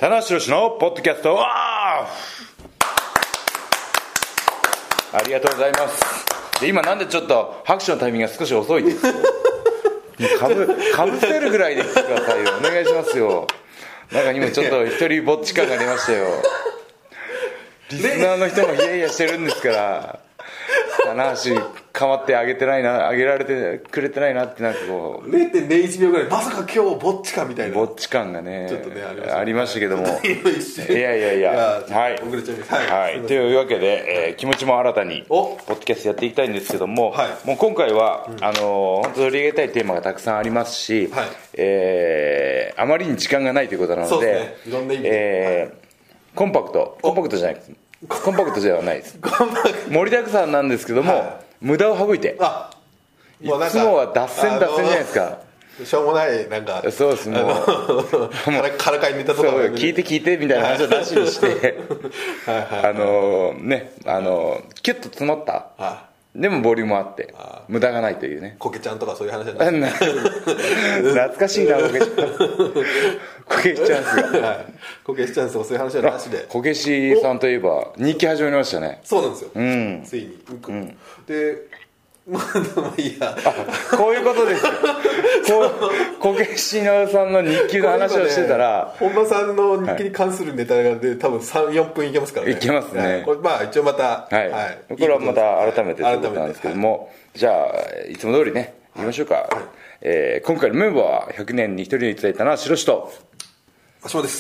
棚橋宏のポッドキャスト、ありがとうございます。で今なんでちょっと拍手のタイミングが少し遅いですよ。かぶせるぐらいで言ってくださいよ。お願いしますよ。なんか今ちょっと一人ぼっち感が出ましたよ。リスナーの人もヒヤヒヤしてるんですから、棚橋かまってあげられてくれてないなって、なんかこう 0.01 秒ぐらいまさか今日ぼっちかみたいなぼっち感がねちょっとねありましたけども、いやはい遅れちゃいます。 はい、というわけで、気持ちも新たにポッドキャストやっていきたいんですけども、 はい、 もう今回は、本当取り上げたいテーマがたくさんありますし、 はい、 あまりに時間がないということなので、 いろんな意味で、 コンパクトじゃないです。コンパクトではないです。盛りだくさんなんですけども、無駄を省いて、いつもは脱線じゃないですか。 しょうもないなんかそうです、もうからかいネタとか聞いてみたいな話をなしにしてキュッと詰まった、でもボリュームあって無駄がないというね。 コケちゃんとかそういう話じゃない懐かしいな、コケチャンスがコケチャンスとかそういう話はなしで、 こけしさんといえば日記始まりましたね。 そうなんですよ、ついに、でまあいいや、 こういうことですよ。こけしのさんの日記の話をしてたら、 本間さんの日記に関するネタがで多分 3,4 分いけますからね。 いけますね。 これまあ一応また、 これはまた改めてということなんですけども、じゃあいつも通りね言いましょうか。今回のメンバーは100年に1人にいただいたのは白石と橋本です。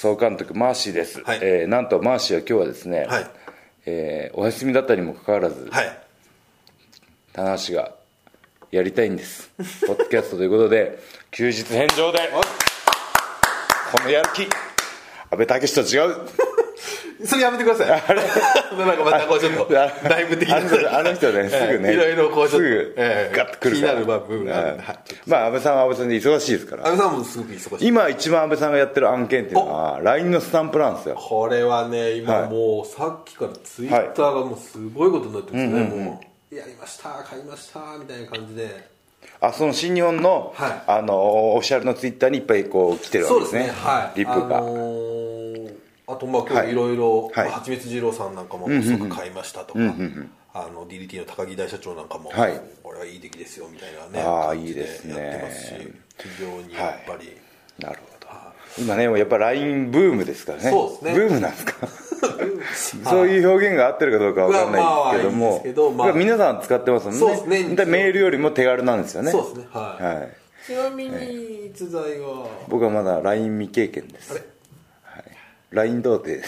総監督マーシーです。なんとマーシーは今日はですね、お休みだったにもかかわらず、棚橋がやりたいんです。ポッドキャストということで休日返上でこのやる気、安倍武史と違う。 それやめてください。なんかまたこうちょっとライブ的なあの人ね、すぐね、 いろいろこうちょっとすぐガッとくるから、 気になる部分があるんで、 まあ安倍さんは安倍さんで忙しいですから。 安倍さんもすごく忙しい。 今一番安倍さんがやってる案件っていうのは LINE のスタンプなんですよ。 これはね今もうさっきからツイッターがもうすごいことになってるんですね。もうやりました買いましたみたいな感じで、 その新日本の、オフィシャルのツイッターにいっぱいこう来てるわけですね。リップが、 あとまあ今日いろいろはちみつ二郎さんなんかも即買いましたとか、DDT の高木大社長なんかも、これはいい出来ですよみたいなね感じでやってますし、非常にやっぱり、 なるほど。今ねやっぱ LINE ブームですからね。 そうですね、 ブームなんですかそういう表現が合ってるかどうかわかんないですけども、皆さん使ってますもんね。 そうですね、 メールよりも手軽なんですよね。 そうですね、ちなみに逸材は、 僕はまだ LINE 未経験です。LINE 童貞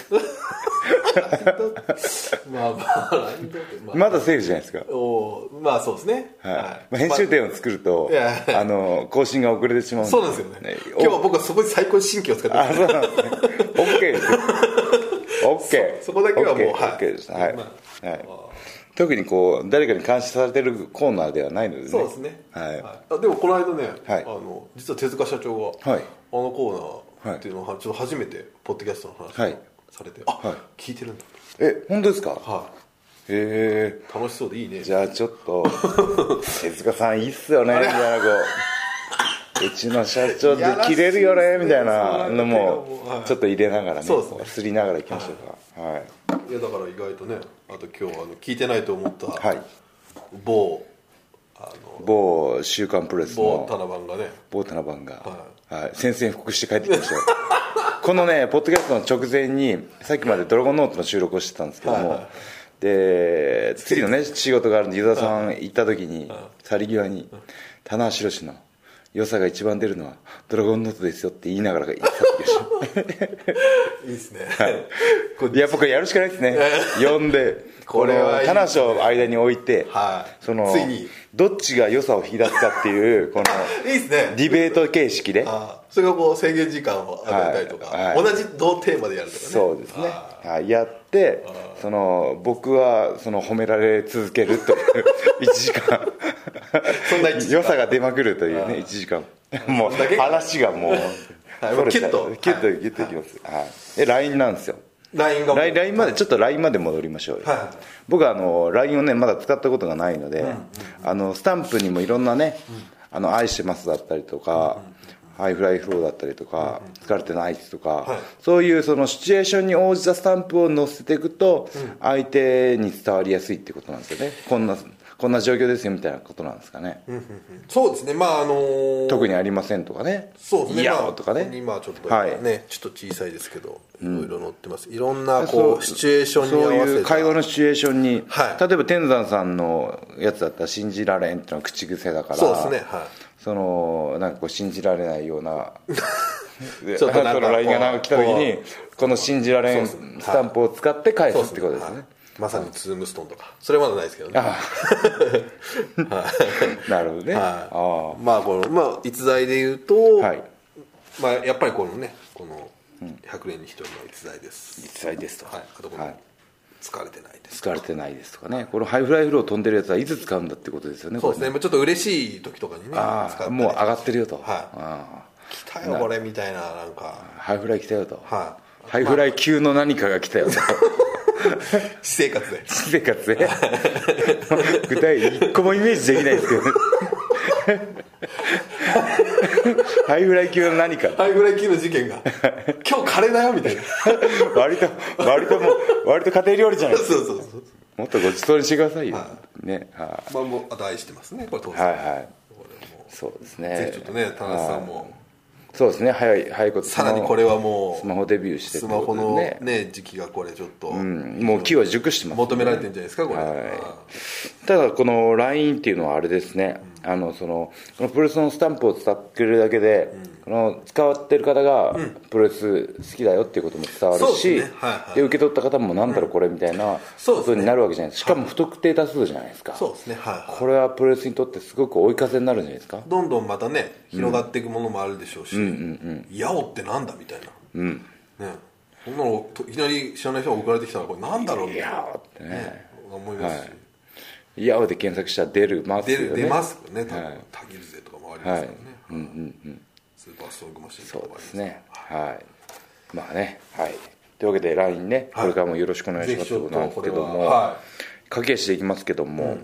まだセーフじゃないですか。 まあそうですね、 編集点を作ると更新が遅れてしまうんで。 そうなんですよね。今日は僕はそこに最高に神経を使ってます。 そうなんですね。 OK です OK、 そこだけはもう OK です。特にこう誰かに監視されてるコーナーではないのでね。 そうですね。でもこの間ね、実は手塚社長があのコーナーっていうのをちょっと初めてポッドキャストの話をされて、聞いてるんだ。 本当ですか。へえ、 楽しそうでいいね。 じゃあちょっと手塚さんいいっすよねみたいな、こううちの社長で切れるよねみたいなのもちょっと入れながらね、すりながらいきましょうか。 いやだから意外とね、あと今日聞いてないと思った某週刊プロレスの某七番が宣戦布告して帰ってきましたよ。このねポッドキャストの直前にさっきまでドラゴンノートの収録をしてたんですけども、で次のね仕事があるんで湯田さん行った時に去り際に棚橋宏の良さが一番出るのはドラゴンノートですよって言いながら言ってた時でしょ。 いいですね。 やっぱこれやるしかないですね。呼んでこれは棚橋を間に置いて、そのどっちが良さを引き出すかっていうこのいいですね、 ディベート形式で、 それがこう制限時間を与えたりとか、同じ同テーマでやるとかね。 そうですね、やってその僕はその褒められ続けるという1時間そんな1時間良さが出まくるというね1時間もう話がもうキュッといきます。LINE なんですよ。LINE までちょっと LINE まで戻りましょうよ。僕はLINE をねまだ使ったことがないので、スタンプにもいろんなね愛してますだったりとか、 ハイフライフローだったりとか、疲れてないとか、そういうそのシチュエーションに応じたスタンプを載せていくと、相手に伝わりやすいってことなんですよね。こんな状況ですよみたいなことなんですかね。 そうですね。 特にありませんとかね。 そうですね。 いやとかね。 今ちょっとね、ちょっと小さいですけど、いろいろ載ってます。いろんなこうシチュエーションに合わせて、 そういう会話のシチュエーションに、例えば天山さんのやつだったら信じられんっていうのは口癖だから、 そうですね。 なんかこう信じられないようなちょっとなんかラインが来た時にこの信じられんスタンプを使って返すってことですね。 まさにツームストーンとか、それはまだないですけどね。 なるほどね。 逸材で言うと、やっぱりこの100年に1人の逸材です。 逸材ですと。 あとこの疲れてないです。 疲れてないですとかね。このハイフライフロー飛んでるやつはいつ使うんだってことですよね。 そうですね。ちょっと嬉しい時とかにね。 もう上がってるよと。 来たよこれみたいな、なんかハイフライ来たよと。ハイフライ級の何かが来たよと。 私生活で具体一個もイメージできないですけどね。ハイフライ級の何か、 ハイフライ級の事件が今日カレーだよみたいな。 割と家庭料理じゃないですか。 そうもっとごちそうにしてくださいよ、ね。 もう愛してますね、これ当然。 そうですね。 ぜひちょっとね、田中さんもそうですね、早いことさらにこれはもうスマホデビューしてスマホのね時期がこれちょっともう機は熟してます、 求められてるんじゃないですかこれ。 ただこの LINE っていうのはあれですね、このプロレスのスタンプを使ってくれるだけで、この使ってる方がプロレス好きだよっていうことも伝わるし、で受け取った方もなんだろうこれみたいなことになるわけじゃないですか。しかも不特定多数じゃないですか。 そうですね。 これはプロレスにとってすごく追い風になるんじゃないですか。 どんどんまたね広がっていくものもあるでしょうし、ヤオってなんだみたいな、ね、こんなのいきなり知らない人が送られてきたらこれなんだろうみたいなヤオってね、 思いますし、 ヤオで検索したら出ますよね。 出ますよね。多分タギルゼとかもありますからね。スーパーストロングマシンとかもあります。 そうですね。まあね、というわけで LINE ね、これからもよろしくお願いしますということなんですけども、駆け足でいきますけども、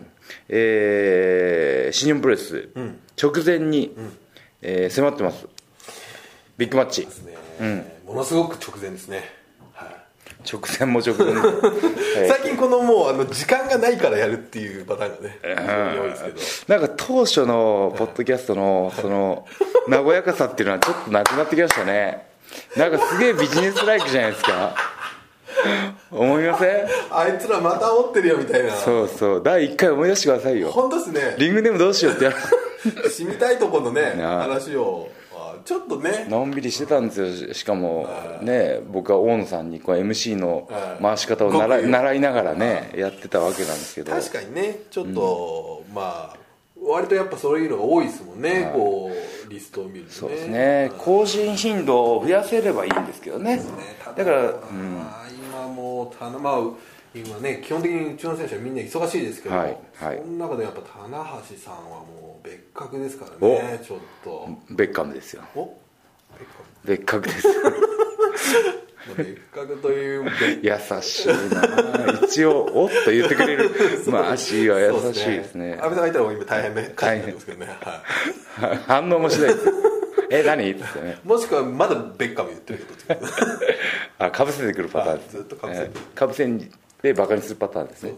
新日本プロレス直前に迫ってます。ビッグマッチ。 ものすごく直前ですね。 直前も直前。 最近このもう時間がないからやるっていうパターンがね、多いですけど。 なんか当初のポッドキャストのその和やかさっていうのはちょっとなくなってきましたね。なんかすげえビジネスライクじゃないですか。思いません？ あいつらまた煽ってるよみたいな。 そう第1回思い出してくださいよ。 本当ですね。 リングネームどうしようってやる。 染みたいとこのね話をちょっとねのんびりしてたんですよ。しかもね、僕は大野さんにこう MC の回し方を習いながらねやってたわけなんですけど、 確かにねちょっと割とやっぱそういうのが多いですもんね、こうリストを見るとね。 そうですね、更新頻度を増やせればいいんですけどね。だから今もう今ね基本的にうちの選手はみんな忙しいですけど、その中でやっぱ棚橋さんはもう別格ですからね。ちょっと別格ですよ。別格です。 別格という優しいな。一応おっと言ってくれる足は優しいですね。 安倍さんがいたら今大変ね大変ですけどね。 反応もしないです。何ってね。 もしくはまだ別格言ってるけど。かぶせてくるパターンです。ずっとかぶせでバカにするパターンですね。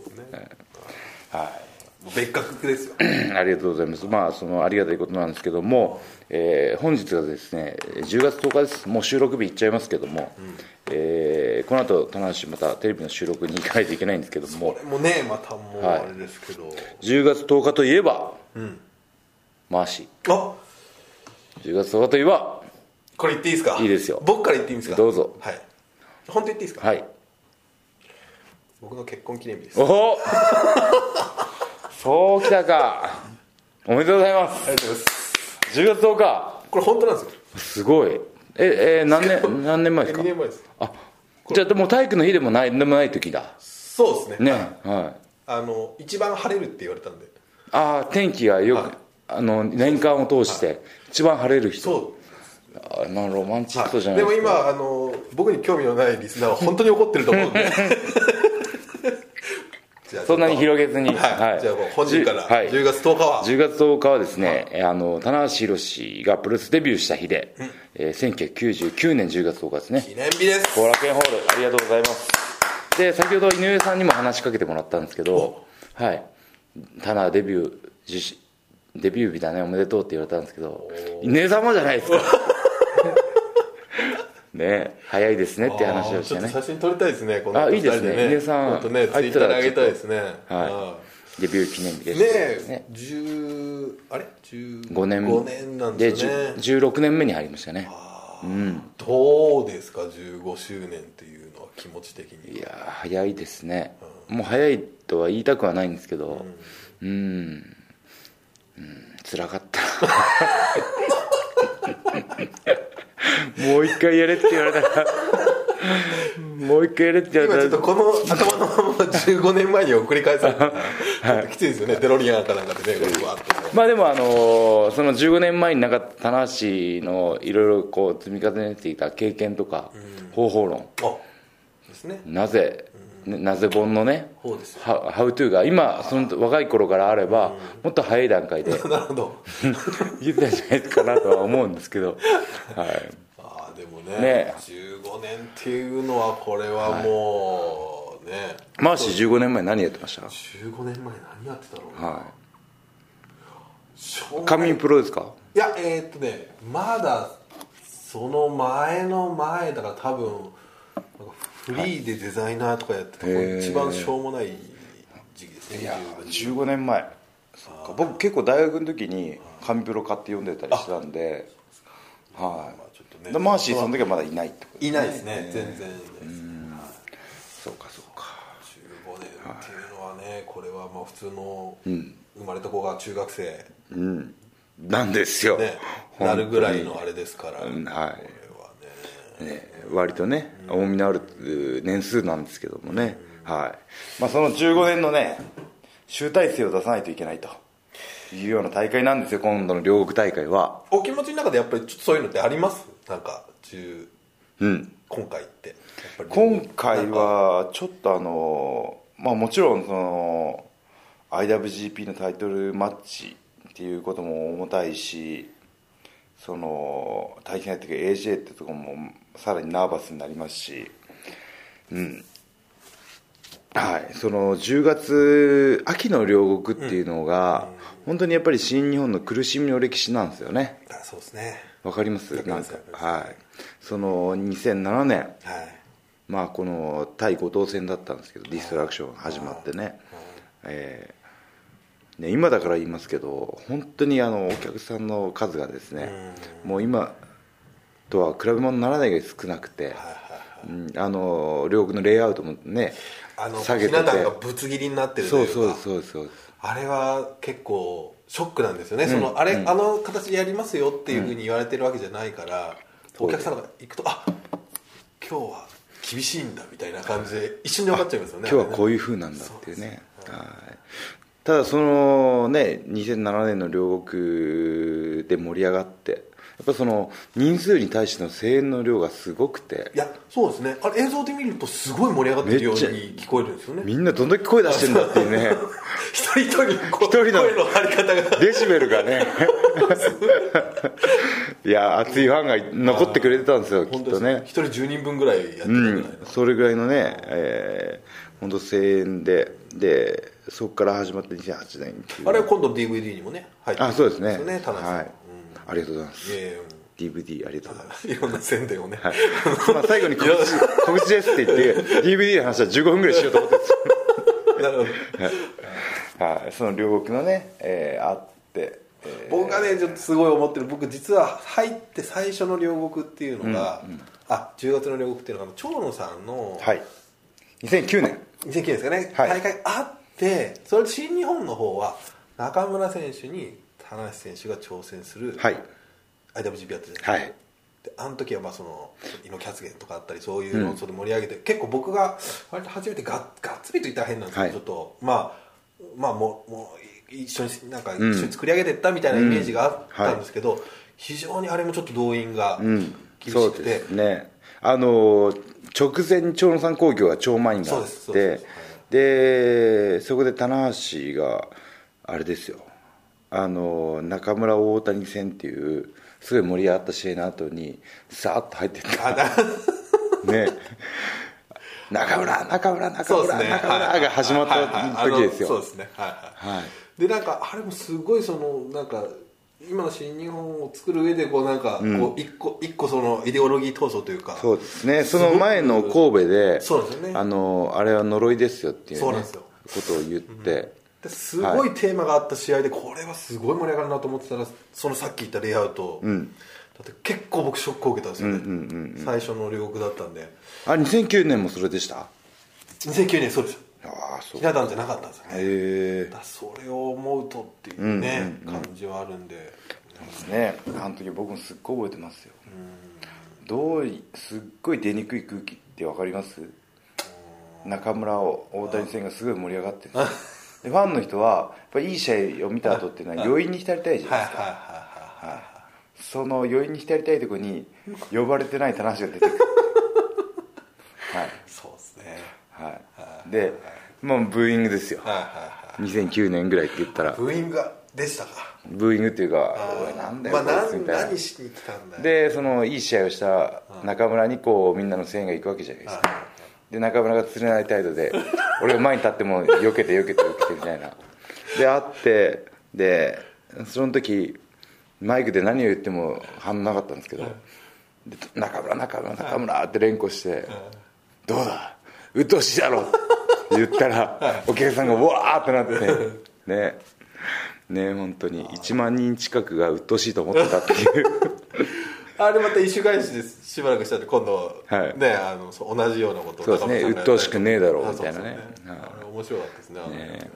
別格ですよ。 ありがとうございます。そのありがたいことなんですけども、本日がですね10月10日です。もう収録日いっちゃいますけども、この後棚橋またテレビの収録に行かないといけないんですけども、 それもねまたもうあれですけど、 10月10日といえばマーシー。10月10日といえばこれ言っていいですか？ いいですよ。 僕から言っていいんですか？ どうぞ。 本当言っていいですか？ はい。 僕の結婚記念日です。 おおそうきたか。おめでとうございます。 ありがとうございます。 10月10日。 これ本当なんですよ。 すごい。何年前ですか？ 2 年前です。 じゃあもう体育の日でもない時だ。 そうですね。一番晴れるって言われたんで。 天気がよく、年間を通して一番晴れる日。 そう。 ロマンチックじゃないですか。 でも今僕に興味のないリスナーは本当に怒ってると思うんで。じゃあそんなに広げずに、 はい、じゃあもう本日から10月10日は、 10月10日はですね、棚橋宏がプロレスデビューした日で、1999年10月10日ですね。 記念日です。 後楽園ホール、ありがとうございます。で、先ほど井上さんにも話しかけてもらったんですけど、はい、棚デビュー日だね、おめでとうって言われたんですけど、井上さんもじゃないですか。ね、早いですねって話をしてね。 ちょっと写真撮りたいですね、このいいですね、井上さん、 ツイッターであげたいですね。 はい、デビュー記念日ですね。15年なんですね。 で、16年目に入りましたね。 どうですか、15周年っていうのは気持ち的に。 いや早いですね、もう早いとは言いたくはないんですけど、辛かったもう一回やれって言われたらもう一回やれって言われたら、 今ちょっとこの頭のまま15年前に送り返されたらきついですよね、デロリアンかなんかでね、 まあでもその15年前になんか棚橋のいろいろこう積み重ねていた経験とか、方法論ですね、 なぜ本のね、ハウトゥーが今その若い頃からあれば、もっと早い段階でなるほど言ってたんじゃないかなとは思うんですけど、はい、 でもね、15年っていうのはこれはもうね、 マーシー15年前何やってました？ 15年前何やってたの？ はい、紙プロですか？ いやまだその前の前だから、多分フリーでデザイナーとかやってた、一番しょうもない時期ですね。 いや15年前、そっか、僕結構大学の時に紙プロ買って読んでたりしてたんで、はい、マーシーその時はまだいないってことですね。 いないですね、全然。 そうかそうか。 15年っていうのはね、これはまあ普通の生まれた子が中学生なんですよ、 なるぐらいのあれですから、はい、これはね、割とね重みのある年数なんですけどもね、はい、まあ、その15年のね集大成を出さないといけないというような大会なんですよ、今度の両国大会は。 お気持ちの中でやっぱりちょっとそういうのってあります？なんか今回ってやっぱり今回はちょっとまあもちろんその IWGP のタイトルマッチっていうことも重たいし、その対戦相手が AJ ってところもさらにナーバスになりますし、はい、その10月秋の両国っていうのが、本当にやっぱり新日本の苦しみの歴史なんですよね。 そうですね。 わかります？なんか、はい、その2007年、まあこの対後藤戦だったんですけど、ディストラクション始まってね、今だから言いますけど、本当にお客さんの数がですね、もう今とは比べ物にならないぐらい少なくて、両国のレイアウトもね下げてて、 ひな壇がぶつ切りになってるというか、 そうあれは結構ショックなんですよね。あの形でやりますよっていうふうに言われてるわけじゃないから、お客さんが行くと、今日は厳しいんだみたいな感じで一瞬で分かっちゃいますよね。 今日はこういう風なんだっていうね。ただそのね2007年の両国で盛り上がって、やっぱその人数に対しての声援の量がすごくて、 いやそうですね、映像で見るとすごい盛り上がってるように聞こえるんですよね。 みんなどんだけ声出してるんだっていうね一人一人声の張り方がデシベルがねいや熱いファンが残ってくれてたんですよ、きっとね。 一人10人分ぐらいやってたぐらいの、 それぐらいのね、本当声援でそこから始まって2008年っていう、 あれは今度 DVD にもね入ってるんですよね。 そうですね、はい、ありがとうございます。DVD ありがとうございます。 いろんな宣伝をね、 まあ最後に告知ですって言って DVD の話は15分ぐらいしようと思ってるんですよなるほどはい、その両国のね、あって、 僕がねちょっとすごい思ってる、僕実は入って最初の両国っていうのが、10月の両国っていうのが長野さんの、 はい、2009年ですかね、大会あって、それで新日本の方は中村選手に棚橋選手が挑戦する、IWGP やってたじゃないですか、であの時はまあその猪木発言とかあったり、そういう論争で盛り上げて、結構僕が割と初めてがっつりと言ったら変なんですけど、ちょっとまあもう一緒に一緒に作り上げていったみたいなイメージがあったんですけど、非常にあれもちょっと動員が厳しくて、 そうですね、直前に長野さん工業が超満員があって、 でそこで棚橋があれですよ、中村大谷戦っていうすごい盛り上がった試合の後にさーっと入ってったね、中村が始まった時ですよ。 そうですね、でなんかあれもすごいなんか今の新日本を作る上でこうなんかこう一個そのイデオロギー闘争というか、 そうですね、その前の神戸で、 そうですよね、 あれは呪いですよっていう、ね、ことを言って、 すごいテーマがあった試合で、これはすごい盛り上がるなと思ってたら、そのさっき言ったレイアウト、だって結構僕ショックを受けたんですよね、最初の両国だったんで。 2009年もそれでした。 2009年そうですよ。ひな壇じゃなかったんですよね。 だそれを思うとっていうね、感じはあるんで。 ね、あの時僕もすっごい覚えてますよ。すっごい出にくい空気って分かります？中村大谷戦がすごい盛り上がってるんですよ。でファンの人はやっぱりいい試合を見た後っていうのは余韻に浸りたいじゃないですか。その余韻に浸りたいところに呼ばれてない棚橋が出てくる。 そうですね。 で、もうブーイングですよ。2009年ぐらいって言ったらブーイングでしたか。 ブーイングっていうか、なんだよこいつみたいな。 何しに来たんだよ。 でそのいい試合をした中村にこうみんなの声援が行くわけじゃないですか。で中村が釣れない態度で俺が前に立っても避けてみたいなであって、でその時マイクで何を言っても反応なかったんですけど、で中村って連呼してどうだ鬱陶しいだろって言ったらお客さんがわーってなってね本当に1万人近くが鬱陶しいと思ってたっていうあれまた一週返しでしばらくしたら今度、ね、同じようなことを、 そうですね、鬱陶しくねえだろうみたいなね。 あれ面白かったですね。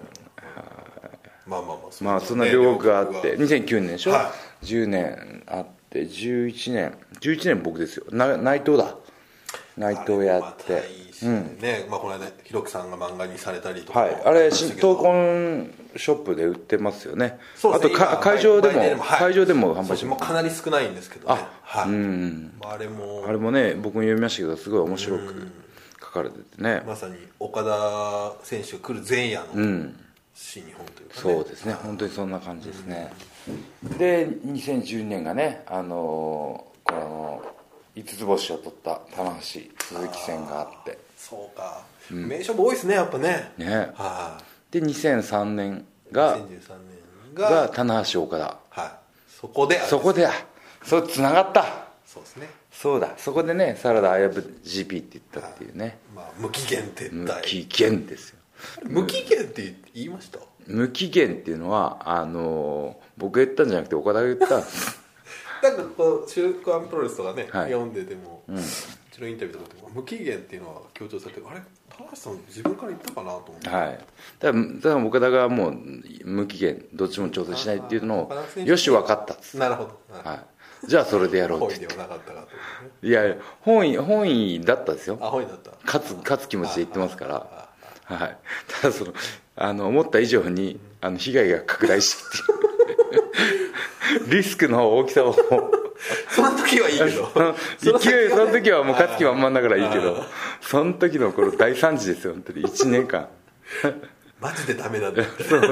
まあそんな両国があって2009年でしょ、10年あって11年僕ですよ。内藤やってこの間ひろきさんが漫画にされたりとか、 あれ闘魂ショップで売ってますよね。あと会場でも販売してます。 かなり少ないんですけどね。あれもね僕も読みましたけどすごい面白く書かれててね、 まさに岡田選手が来る前夜の新日本というかね。 そうですね、本当にそんな感じですね。で2012年がねこの5つ星を取った棚橋鈴木戦があって、 そうか、名勝負多いですねやっぱね。 で2013年が棚橋岡田、 そこでそうつながった。 そうですね、 そうだ、そこでねサラダアイアブ GP って言ったっていうね、 無期限撤退。 無期限ですよ。 無期限って言いました？ 無期限っていうのは僕が言ったんじゃなくて岡田が言ったんですなんかこう週刊プロレスとかね、読んでても、うちのインタビューとかでも無期限っていうのは強調されて、あれ高橋さん自分から言ったかなと思って、 だから岡田がもう無期限どっちも調整しないっていうのをよし分かったっつって、 なるほど、 じゃあそれでやろうって言って。 本意ではなかったかと、 いや本意だったですよ。 本意だった。 勝つ気持ちで言ってますから。ただ思った以上に被害が拡大してっていうリスクの大きさをその時はいいけどその時はもう勝つ気満々だからいいけど、その時の頃大惨事ですよ本当に。1年間マジでダメだって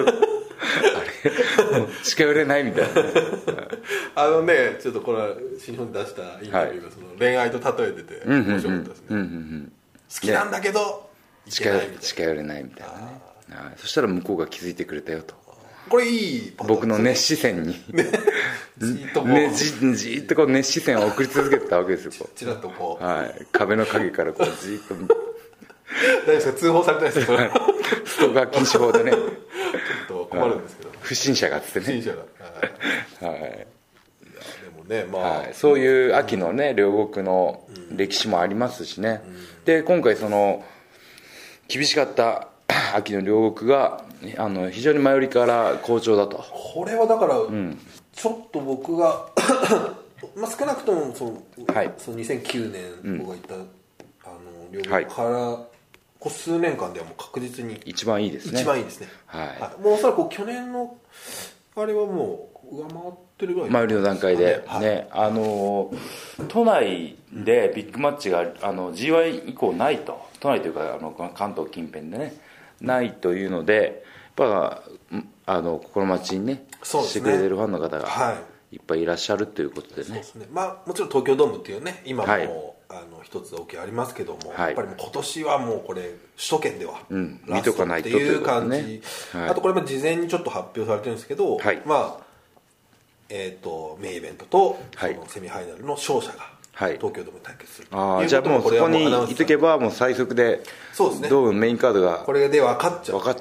あれもう近寄れないみたいなちょっとこれ新日本で出したインタビューがその恋愛と例えてて面白かったですね。好きなんだけど近寄れないみたいなね。そしたら向こうが気づいてくれたよと。 これいい僕の熱視線にじーっとこう熱視線を送り続けてたわけですよ。 ちらっとこう、 壁の陰からこうじーっと大丈夫ですか？通報されてないですか？ ストーカー禁止法でねちょっと困るんですけど、 不審者がつってね、 不審者がでもね、 そういう秋のね両国の歴史もありますしね。で今回その厳しかった秋の両国が非常に前よりから好調だと。 これはだから、ちょっと僕が少なくともその2009年僕が言った両国からこ数年間ではもう確実に一番いいですね。 一番いいですね。もうおそらく去年のあれはもう上回ってるぐらい前よりの段階でね、都内でビッグマッチがG1 以降ないと。都内というか関東近辺でねないというので、やっぱ心待ちにねしてくれてるファンの方がいっぱいいらっしゃるということでね。 そうですね、まあ、もちろん東京ドームっていうね今も、一つ大きいありますけども、やっぱりもう今年はもうこれ首都圏ではラストっていう感じ、あとこれも事前にちょっと発表されてるんですけど、まあメインイベントとそのセミファイナルの勝者が東京ドーム対決するということも、 じゃあもうそこに行っとけばもう最速でドームメインカードがこれで分かっちゃうと、なる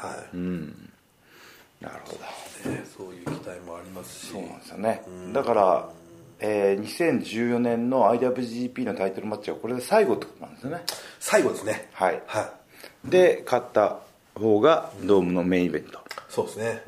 ほど、 そういう期待もありますし。 そうなんですよね、だから2014年の IWGP のタイトルマッチはこれで最後ってことなんですよね。 最後ですね。 で勝った方がドームのメインイベント、 そうですね、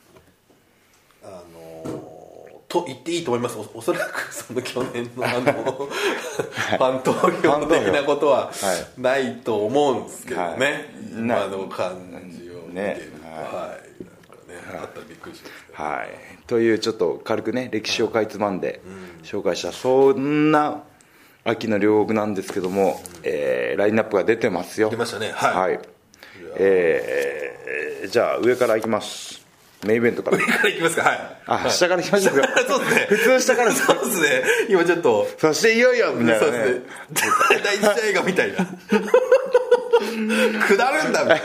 と言っていいと思います。おそらくその去年のファン投票的なことはないと思うんですけどね、今の感じを見てると、あったらびっくりしますね。 というちょっと軽くね歴史をかいつまんで紹介したそんな秋の両国なんですけども、ラインナップが出てますよ。 出ましたね。 じゃあ上からいきます。メインイベントから上からいきますか。 下からいきましょうか。 そうですね、 普通下からそうですね、今ちょっとそしていよいよみたいなね、 第一試合がみたいな下るんだみたい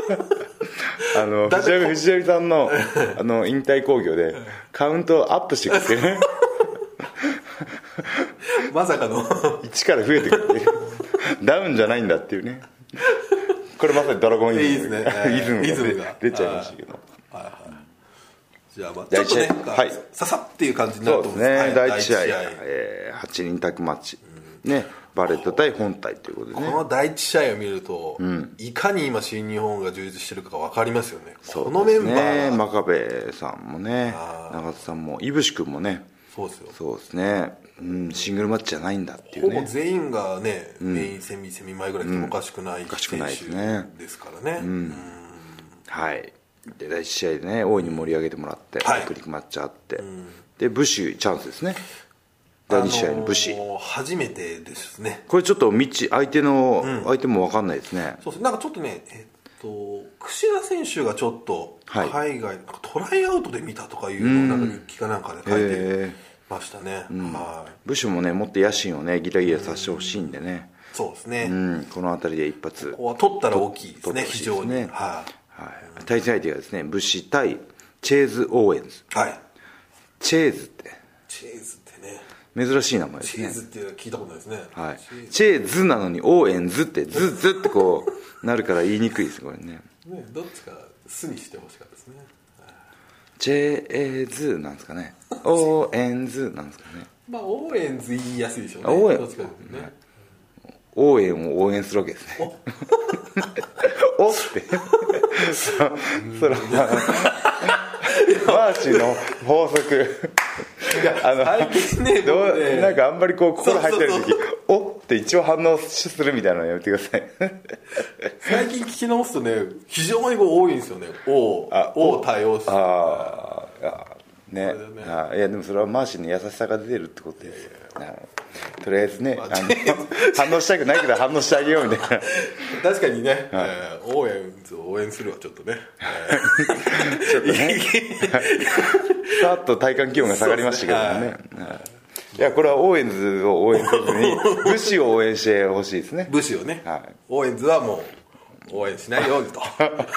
な藤波さんの引退興行でカウントアップしていくっていうねまさかの 1から増えていくっていうダウンじゃないんだっていうね、これまさにドラゴンイズムが出ちゃいましたけど、 じゃあちょっとねささっていう感じになると思うんです。 そうですね、第1試合8人タッグマッチね、バレット対本体ということでね、 この第1試合を見ると、いかに今新日本が充実してるかが分かりますよね。このメンバー真壁さんもね、長田さんも井伏君もね、 そうですよ、 そうですね、シングルマッチじゃないんだっていうね、 ほぼ全員がね、メインセミ前ぐらい来てもおかしくない選手ですからね。 で第1試合でね大いに盛り上げてもらって、クリックマッチあって、でブシチャンスですね。第2試合のブシ、 初めてですね。 これちょっと相手も分かんないですね。 そうです、なんかちょっとね櫛田選手がちょっと海外、トライアウトで見たとかいうのをなんか日記かなんかで書いてましたね。 ブシもねもっと野心をねギラギラさせてほしいんでね、 そうですね、 この辺りで一発ここは取ったら大きいですね、非常に。 対戦相手がですねブシ対チェーズ・オーエンズ。チェーズってね珍しい名前ですね。 チェーズって聞いたことないですね。 チェーズなのにオーエンズってズってこうなるから言いにくいですこれね。 どっちかスにしてほしかったですね。 チェーズなんですかね、オーエンズなんですかね。 オーエンズ言いやすいでしょうね。どっちかですね。 応援を応援するわけですね。おってそれマーシーの法則。 最近ねなんかあんまりこう心入ってる時おって一応反応するみたいなのやめてください。 最近聞き直すとね非常に多いんですよね。おを対応する。 ね、いやでもそれはマーシーの優しさが出てるってことですよ。とりあえずね、反応したくないけど反応してあげようみたいな。 確かにね、応援するはちょっとね、 ちょっとねさっと体感気温が下がりましたけどね。いやこれはオーエンズを応援せずにブシを応援してほしいですね。 ブシをね、オーエンズはもう応援しないようにと。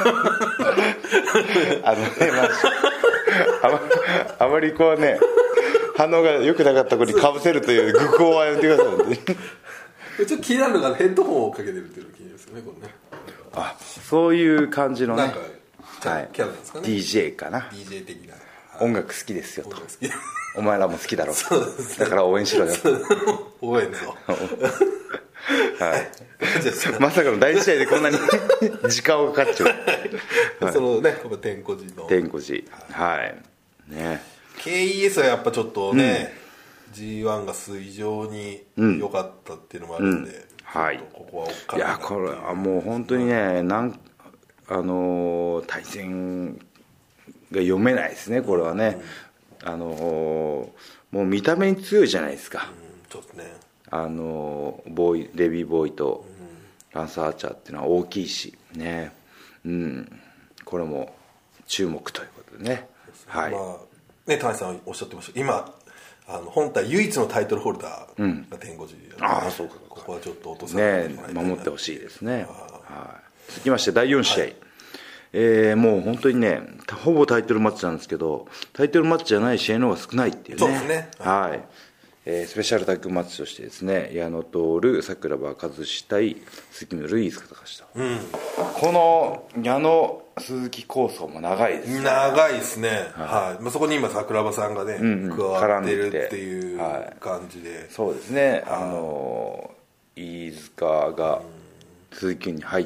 あまりこうね反応が良くなかった子にかぶせるという愚行はやめてください。 ちょっと気になるのがヘッドホンをかけてるっていうのが気になるんですよね、これね。 そういう感じのね、 キャラなんですかね。 DJ かな。 DJ 的な音楽好きですよと、お前らも好きだろう、だから応援しろよ応援ぞ。 まさかの第一試合でこんなに時間がかかっちゃう。 そのね天候寺のね、 KES はやっぱちょっとね、G1 が非常に良かったっていうのもあるんで、ここはおっかないなっていう。 これはもう本当にね対戦が読めないですねこれはね。もう見た目に強いじゃないですか。 そうですね。 デビー・ボーイとランス・アーチャーっていうのは大きいしね。 これも注目ということでね。はい。 ね、田中さんおっしゃってました今本体唯一のタイトルホルダーが天狗寺、 ああそうか、 ここはちょっと落とさないね、守ってほしいですね。はい、続きまして第4試合、もう本当にねほぼタイトルマッチなんですけど、タイトルマッチじゃない試合の方が少ないっていうね。 そうですね。 はい、スペシャルタッグマッチとしてですね、矢野徹、桜庭和志対鈴木みのる、飯塚隆と、この矢野鈴木構想も長いですね。 長いですね。はい。そこに今桜庭さんがね、加わってるっていう感じで。 そうですね。飯塚が鈴木に入って、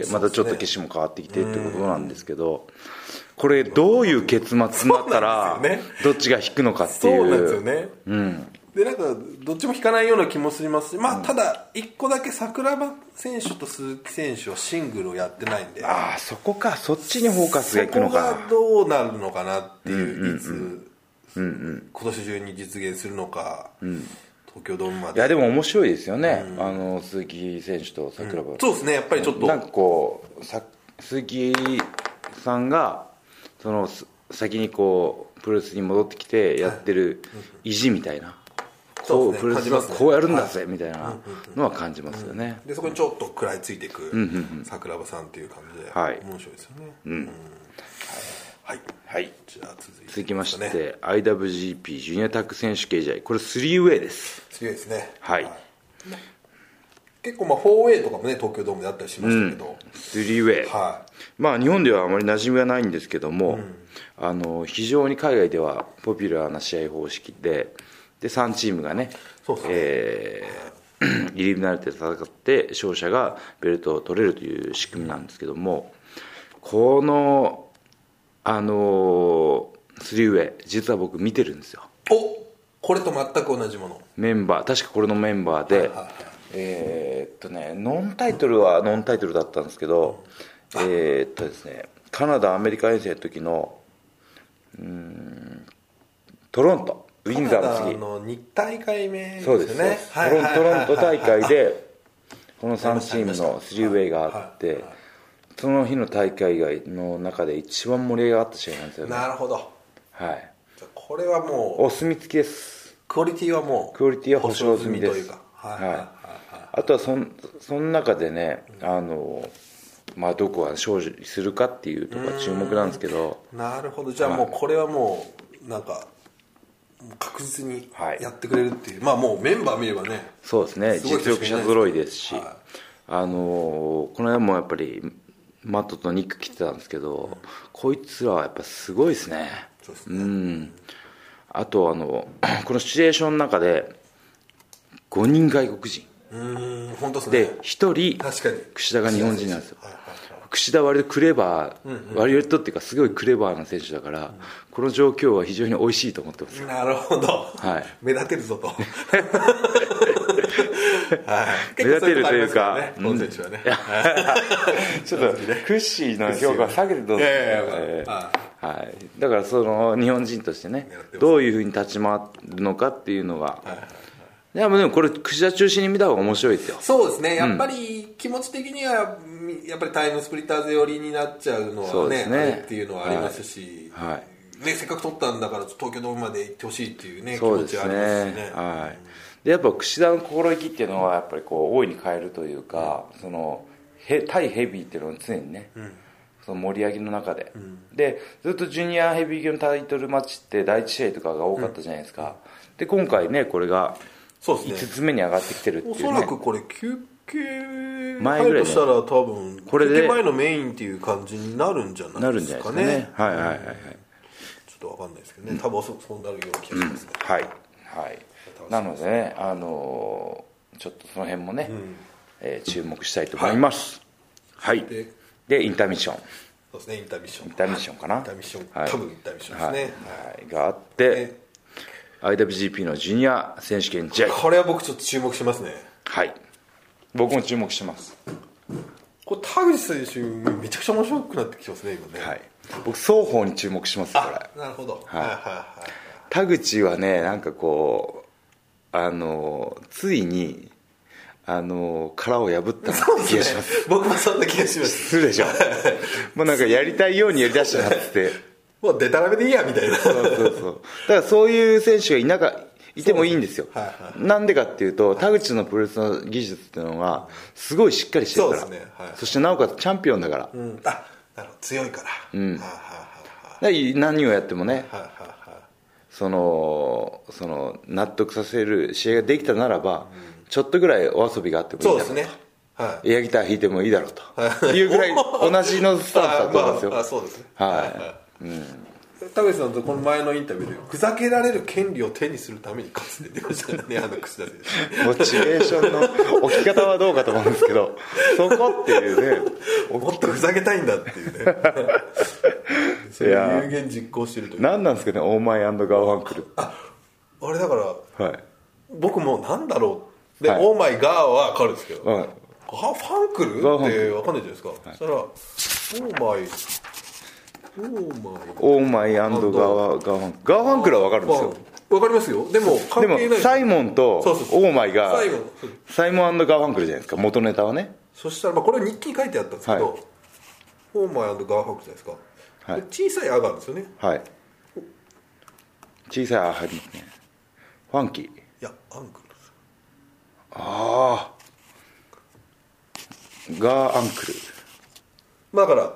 またちょっと景色も変わってきてってことなんですけど、これどういう結末になったらどっちが引くのかっていう。 そうなんですよね。でなんかどっちも引かないような気もしますし、ただ1個だけ桜庭選手と鈴木選手はシングルをやってないんで、 そこか、そっちにフォーカスがいくのかな。 そこがどうなるのかなっていう、いつ今年中に実現するのか、東京ドームまで。 いやでも面白いですよね、鈴木選手と桜庭、 そうですね。やっぱりちょっとなんかこう鈴木さんがその先にこうプロレスに戻ってきてやってる意地みたいな、こうプロレスはこうやるんだぜみたいなのは感じますよね。 でそこにちょっと食らいついていく桜庭さんっていう感じで面白いですよね。はい、じゃあ続きまして IWGP ジュニアタッグ選手権試合、これ 3way です。 3way ですね。 はい、 結構4way とかもね東京ドームであったりしましたけど、 3way、日本ではあまり馴染みがないんですけども、非常に海外ではポピュラーな試合方式で3チームがね、イリミナルテで戦って勝者がベルトを取れるという仕組みなんですけども、この3way 実は僕見てるんですよ。 これと全く同じものメンバー、確かこれのメンバーで、ノンタイトルはノンタイトルだったんですけど、ですね、カナダアメリカ遠征の時のトロントウィンザーの次の2大会目ですね。 そうです、トロント大会でこの3チームの 3way があって、その日の大会の中で一番盛り上がった試合なんですよね。 なるほど。 はい。 これはもうお墨付きです。 クオリティはもうクオリティは保証済みです。あとはその中でね、どこが勝利するかっていうところが注目なんですけど。 なるほど。じゃあもうこれはもうなんか確実にやってくれるっていう、もうメンバー見ればね、 そうですね、実力者揃いですし、この間もやっぱりマットとニック来てたんですけど、こいつらはやっぱすごいですね。 そうですね。 あとこのシチュエーションの中で5人外国人本当ですね。 で1人櫛田が日本人なんですよ。櫛田は割とクレバー、割とっていうかすごいクレバーな選手だから、この状況は非常に美味しいと思ってます。 なるほど、目立てるぞと目立てるというか、 この選手はねちょっとクッシーの評価を下げてどうぞ。だからその日本人としてね、どういうふうに立ち回るのかっていうのが、でもこれ櫛田中心に見た方が面白いですよ。 そうですね。やっぱり気持ち的にはやっぱりタイムスプリッターズ寄りになっちゃうのはねっていうのはありますし、せっかく取ったんだから東京ドームまで行ってほしいっていうね気持ちがありますしね。 でやっぱ櫛田の心意気っていうのはやっぱりこう大いに変えるというか、その対ヘビーっていうのを常にね、その盛り上げの中で、でずっとジュニアヘビー級のタイトルマッチって第一試合とかが多かったじゃないですか。で今回ねこれが5つ目に上がってきてるっていうね。 おそらくこれ休憩前ぐらいとしたら多分これで休憩前のメインっていう感じになるんじゃないですかね。ちょっと分かんないですけどね、多分そうなるような気がしますね。 なのでね、ちょっとその辺もね、注目したいと思います。でインターミッション、 そうですね、インターミッションかな、 インターミッション、多分インターミッションですね、 があって、IWGP のジュニア選手権試合、 これは僕ちょっと注目しますね。 僕も注目してます。 これ田口選手めちゃくちゃ面白くなってきてますね今ね。 僕双方に注目します。これなるほど。 田口はね、なんかこうついに殻を破った気がします。 僕もそんな気がします。 するでしょ。もうなんかやりたいようにやりだしたなってもうデタラメでいいやみたいな。 そうだからそういう選手がいてもいいんですよ。なんでかっていうと、田口のプロレスの技術っていうのはすごいしっかりしてるから。そうですね。そしてなおかつチャンピオンだから。 なるほど、強いから。 何をやってもね、納得させる試合ができたならば、ちょっとぐらいお遊びがあってもいいだろうと。そうですね。エアギター弾いてもいいだろうというぐらい同じのスタンスだと思うんですよ。 そうですね。田口さんとこの前のインタビューでふざけられる権利を手にするために勝つって言ってましたね、櫛田選手。 モチベーションの置き方はどうかと思うんですけど、そこっていうね、 もっとふざけたいんだっていうね。そういう有言実行してるという。 何なんですかね、オーマイ&ガーファンクル。 あれだから、僕もなんだろうで、オーマイガーは分かるんですけど、ファンクルって分かんないじゃないですか。そしたらオーマイガーファンクルは分かるんですよ。 分かりますよ。でも関係ない。 でもサイモンとオーマイがサイモン&ガーファンクルじゃないですか、元ネタはね。 そしたらこれ日記に書いてあったんですけど、オーマイ&ガーファンクルじゃないですか。小さい「あ」があるんですよね。 小さい「あ」入りますね。ファンキー、いやアンクルです。 ガーアンクルだから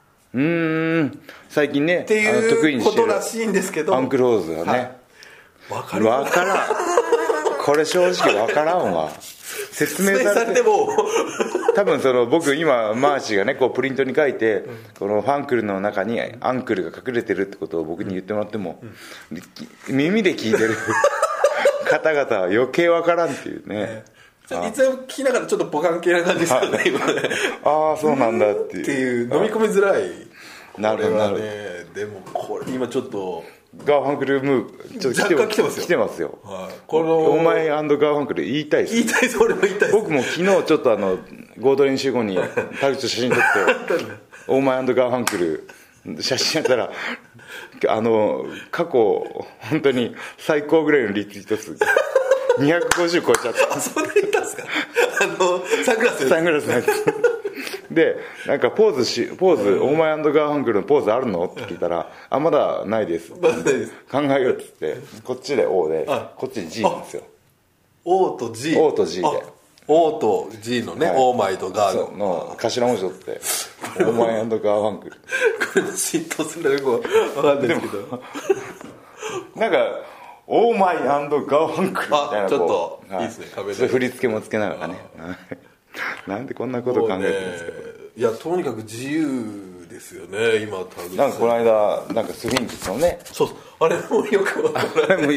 最近ねっていうことらしいんですけど、 アンクルホーズがね、分からん。これ正直分からんわ。説明されても多分僕今マーシーがねこうプリントに書いて、このファンクルの中にアンクルが隠れてるってことを僕に言ってもらっても、耳で聞いてる方々は余計分からんっていうね。 いつも聞きながらちょっとボカン系な感じですよね、今ね。 そうなんだっていう飲み込みづらい。 なるほど。 でもこれ今ちょっとガーファンクルムーブちょっと若干来てますよ。 このオーマイ&ガーファンクル言いたいです。 言いたいです。俺も言いたいです。 僕も昨日ちょっと合同練習後に田口と写真撮ってオーマイ&ガーファンクル写真やったら過去本当に最高ぐらいのリツイート数250超えちゃった。 そんなに言ったんですか。サングラスのやつでなんかポーズオーマイ&ガーファンクルのポーズあるのって聞いたら、まだないです、考えようっつって、こっちで O でこっちで G なんですよ。 O と G で O と G のね、オーマイとガーの頭文字取ってオーマイ&ガーファンクル。これも浸透するのよく分かんないですけどなんかオーマイ&ガーファンクルみたいな、 ちょっといいですね、 壁で振り付けもつけながらねなんでこんなこと考えてるんですか。 いやとにかく自由ですよね今。 なんかこの間なんかスフィンクスのね、 あれもよくわからない。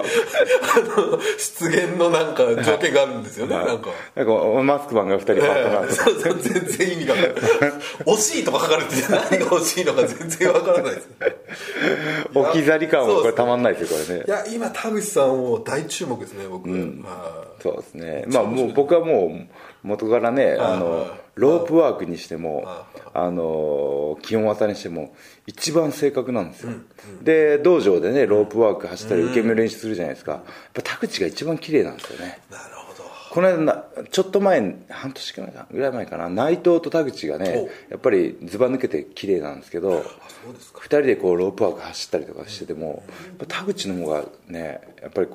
出現のなんか条件があるんですよね。なんかマスクマンが2人パッとなって、全然意味が分からない。惜しいとか書かれてて何が惜しいのか全然分からないです。 置き去り感はこれたまんないですよこれね。 いや今田口さんも大注目ですね僕。 そうですね。もう僕はもう元からねロープワークにしても基本技にしても一番正確なんですよ。で道場でねロープワーク走ったり受け身練習するじゃないですか。やっぱ田口が一番綺麗なんですよね。 なるほど。 この間ちょっと前半年ぐらい前かな、内藤と田口がねやっぱりズバ抜けて綺麗なんですけど、2人でこうロープワーク走ったりとかしてても田口の方がねやっぱり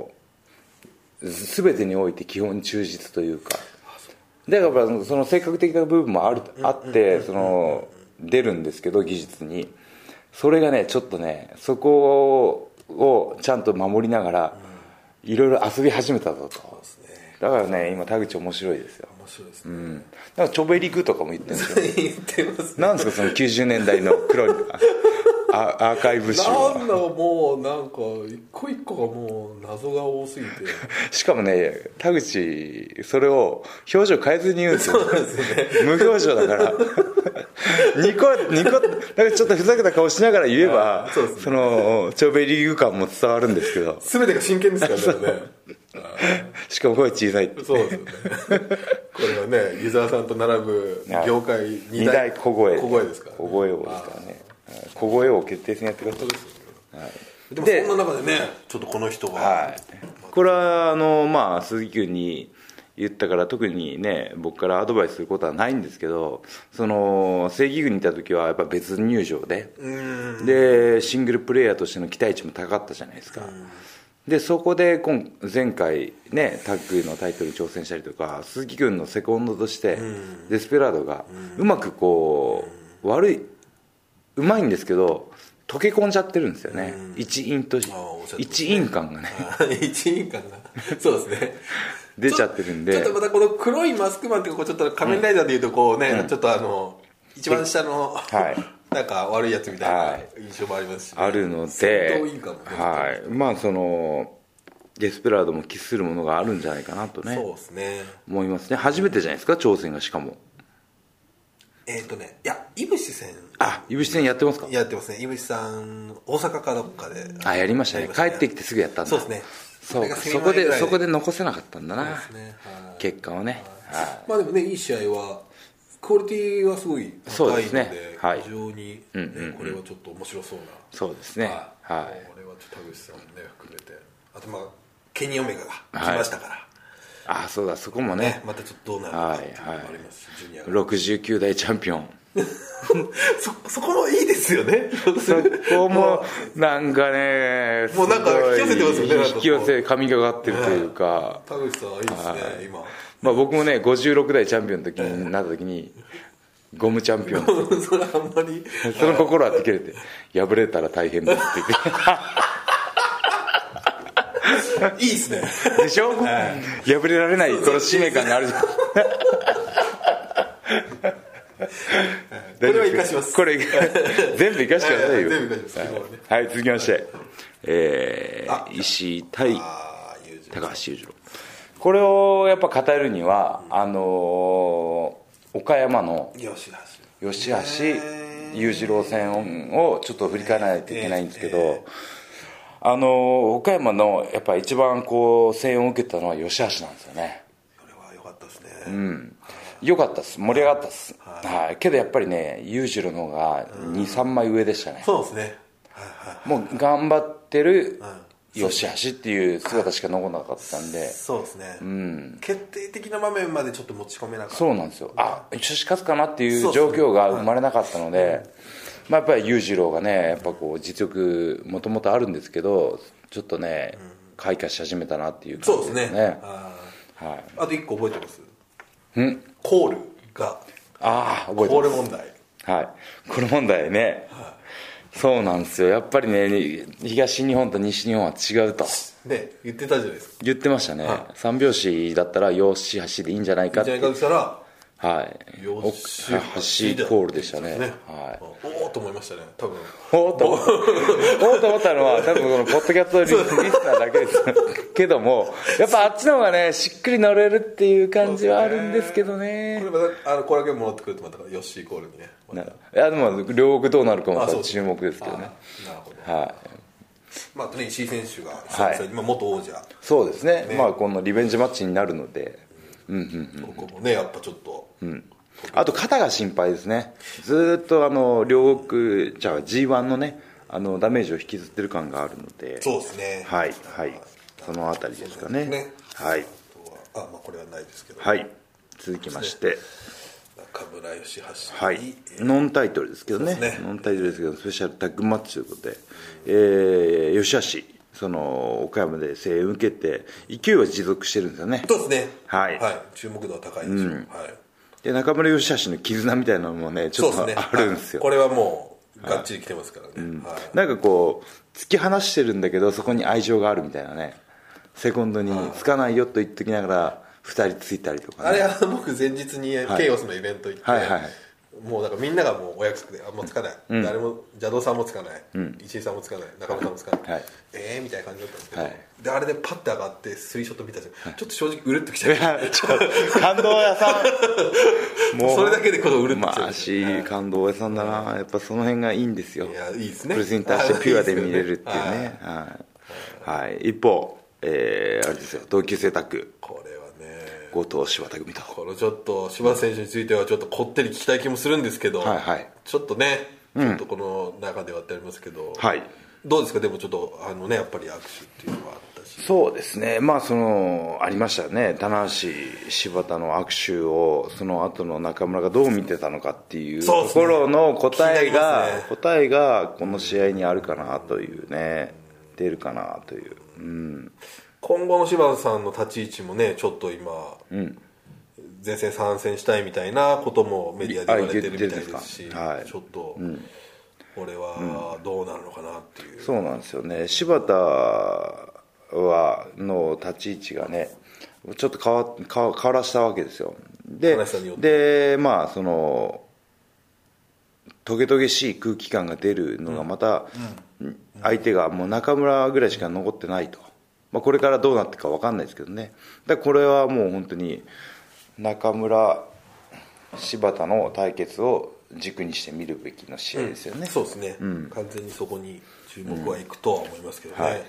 全てにおいて基本に忠実というか、だからその性格的な部分もあって出るんですけど技術に、それがねちょっとねそこをちゃんと守りながらいろいろ遊び始めたぞと。だからね今田口面白いですよ。 面白いですね。 なんかチョベリグとかも言ってるんですよ。 言ってますね。 なんですかその90年代の黒いアーカイブ集は。 なんだもうなんか一個一個がもう謎が多すぎて。しかもね田口それを表情変えずに言うんですよ。そうですね。無表情だからニコなんかちょっとふざけた顔しながら言えば、そのチョベリグ感も伝わるんですけど、 全てが真剣ですからね。 しかも声小さいって。 そうですよね。これはね湯沢さんと並ぶ業界2大小声ですから、 小声王ですからね。小声を決定戦やってください。 でもそんな中でねちょっとこの人は、 これは鈴木君に言ったから特にね僕からアドバイスすることはないんですけど、その正規軍にいた時はやっぱ別入場でシングルプレイヤーとしての期待値も高かったじゃないですか。でそこで前回ねタッグのタイトルに挑戦したりとか、鈴木君のセコンドとしてデスペラードがうまくこううまいんですけど溶け込んじゃってるんですよね、一員感がね一員感がそうですね出ちゃってるんで、 ちょっとまたこの黒いマスクマンっていうかちょっと仮面ライダーでいうとこうね、ちょっと一番下のなんか悪いやつみたいな印象もありますし、 あるので、まあそのデスペラードも喫するものがあるんじゃないかなとね、 そうですね思いますね。初めてじゃないですか挑戦が。しかもいやいぶし戦やってますか。 やってますね。いぶしさん大阪かどっかでやりましたね。帰ってきてすぐやったんだ。 そうですね。 そこで残せなかったんだな、結果をね。 まあでもねいい試合はクオリティはすごい高いので、非常にこれはちょっと面白そうな。 そうですね。 これはちょっと田口さんね含めて、あとケニー・オメガが来ましたから。 そうだ、そこもねまたちょっとどうなるかっていうのもありますし、ジュニアが 69代チャンピオンそこもいいですよね。 そこもなんかねもうなんか引き寄せてますよね。 引き寄せ神がかってるというか、 田口さんはいいですね今。 僕もね56代チャンピオンの時になった時にゴムチャンピオンそれあんまりその心は切れて破れたら大変ですって言っていいですね。 でしょ、破れられないこの使命感があるじゃんこれは生かします。 これ全部生かしてくださいよ。 全部生かします。 はい、続きまして、石井対高橋裕次郎。これをやっぱ語るには岡山の吉橋裕次郎戦をちょっと振り返らないといけないんですけど、岡山のやっぱ一番こう声援を受けたのは吉橋なんですよね。 これは良かったですね。 良かったです。盛り上がったです。けどやっぱりね裕次郎の方が 2,3 枚上でしたね。 そうですね。 もう頑張ってる吉橋っていう姿しか残らなかったんで、 そうですね、決定的な場面までちょっと持ち込めなかった。 そうなんですよ。吉橋勝つかなっていう状況が生まれなかったので、やっぱり裕次郎がねやっぱこう実力もともとあるんですけどちょっとね開花し始めたなっていう感じですね。 そうですね。あと1個覚えてます？コールが覚えてます。 コール問題。 この問題ね、そうなんですよ。やっぱりね東日本と西日本は違うと言ってたじゃないですか。 言ってましたね。三拍子だったら吉橋でいいんじゃないかって。 いいんじゃないかって言ったら吉橋コールでしたね。 おおと思いましたね。多分おおと思ったのは多分このポッドキャストリスナーだけですけども、やっぱあっちの方がねしっくり乗れるっていう感じはあるんですけどね。 これまたこれだけ戻ってくるとまたヨッシーコールにね。 いやでも両国どうなるかも注目ですけどね。 なるほど。あとね石井選手が久々に元王者。 そうですね。このリベンジマッチになるので。 ここもねやっぱちょっと。 あと肩が心配ですね。ずっと両国G1 のねダメージを引きずってる感があるので。 そうですね。 そのあたりですかね。 これはないですけど。 続きまして中村義橋ノンタイトルですけどね。ノンタイトルですけどスペシャルタッグマッチということで、吉橋その岡山で声援を受けて勢いは持続してるんですよね。 そうですね。注目度は高いですよ。 で中村義橋の絆みたいなのもねちょっとあるんですよ。 これはもうがっちりきてますからね。 なんかこう突き放してるんだけどそこに愛情があるみたいなね。セコンドにつかないよと言っときながら2人ついたりとかね。 あれは僕前日にケイオスのイベント行って、もうなんかみんながもうお約束でもうつかない、誰も邪道さんもつかない、石井さんもつかない、中村さんもつかない、みたいな感じだったんですけど、であれでパッて上がってスリーショット見たんですけど、ちょっと正直うるっときちゃって感動屋さんもうそれだけでこのうるっときちゃって感動屋さんだな。やっぱその辺がいいんですよ。 いやいいですね。 プレゼンターしてピュアで見れるっていうね。一方あれですよ同級生タッグ、 これはね後藤柴田組と。 これちょっと柴田選手についてはちょっとこってり聞きたい気もするんですけど、ちょっとねちょっとこの中ではってありますけど、どうですか。でもちょっとやっぱり握手っていうのはあったし、 そうですね、まあありましたね、棚橋、柴田の握手をその後の中村がどう見てたのかっていうところの答えがこの試合にあるかなというね、出るかなという、 今後の柴田さんの立ち位置もね、ちょっと今、前線参戦したいみたいなこともメディアで言われてるみたいですし、ちょっと、これはどうなるのかなっていう、 そうなんですよね。柴田の立ち位置がねちょっと変わらしたわけですよ。でまあトゲトゲしい空気感が出るのがまた、相手がもう中村ぐらいしか残ってないと、これからどうなっていくか分かんないですけどね。だからこれはもう本当に中村柴田の対決を軸にして見るべきの試合ですよね。 そうですね、完全にそこに注目はいくとは思いますけどね。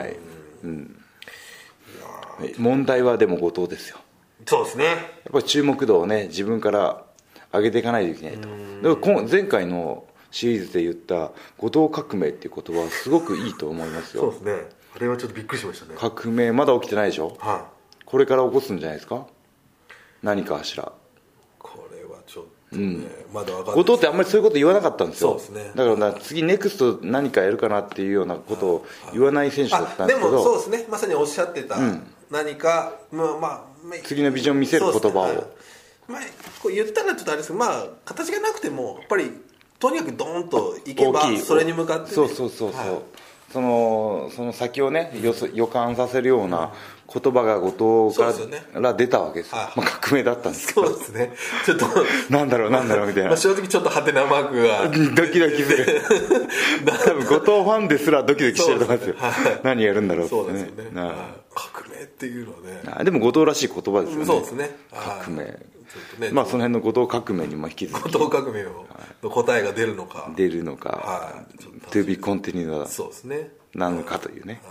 問題はでも後藤ですよ。 そうですね、やっぱり注目度をね自分から上げていかないといけないと。だから前回のシリーズで言った後藤革命っていう言葉はすごくいいと思いますよ。 そうですね、あれはちょっとびっくりしましたね。 革命まだ起きてないでしょ、これから起こすんじゃないですか、何かしら。 これはちょっとね、まだ分かんない。 後藤ってあんまりそういうこと言わなかったんですよ。 そうですね、 だから次ネクスト何かやるかなっていうようなことを言わない選手だったんですけど、 でもそうですね、まさにおっしゃってた、何か、 次のビジョンを見せる言葉を、 こう言ったらちょっとあれですけど、形がなくてもやっぱりとにかくドーンといけばそれに向かって、 そうその先をね予感させるような言葉が後藤から出たわけですよ。革命だったんですけど、 そうですね、ちょっとなんだろうみたいな、 正直ちょっっとハテナマークがドキドキする多分後藤ファンですらドキドキしてると思いますよ。何やるんだろうって、 そうですよね、革命っていうのはね、 でも後藤らしい言葉ですよね。 そうですね、 革命、その辺の後藤革命にも引き続き後藤革命の答えが出るのか to be continued そうですね、 なのかというね。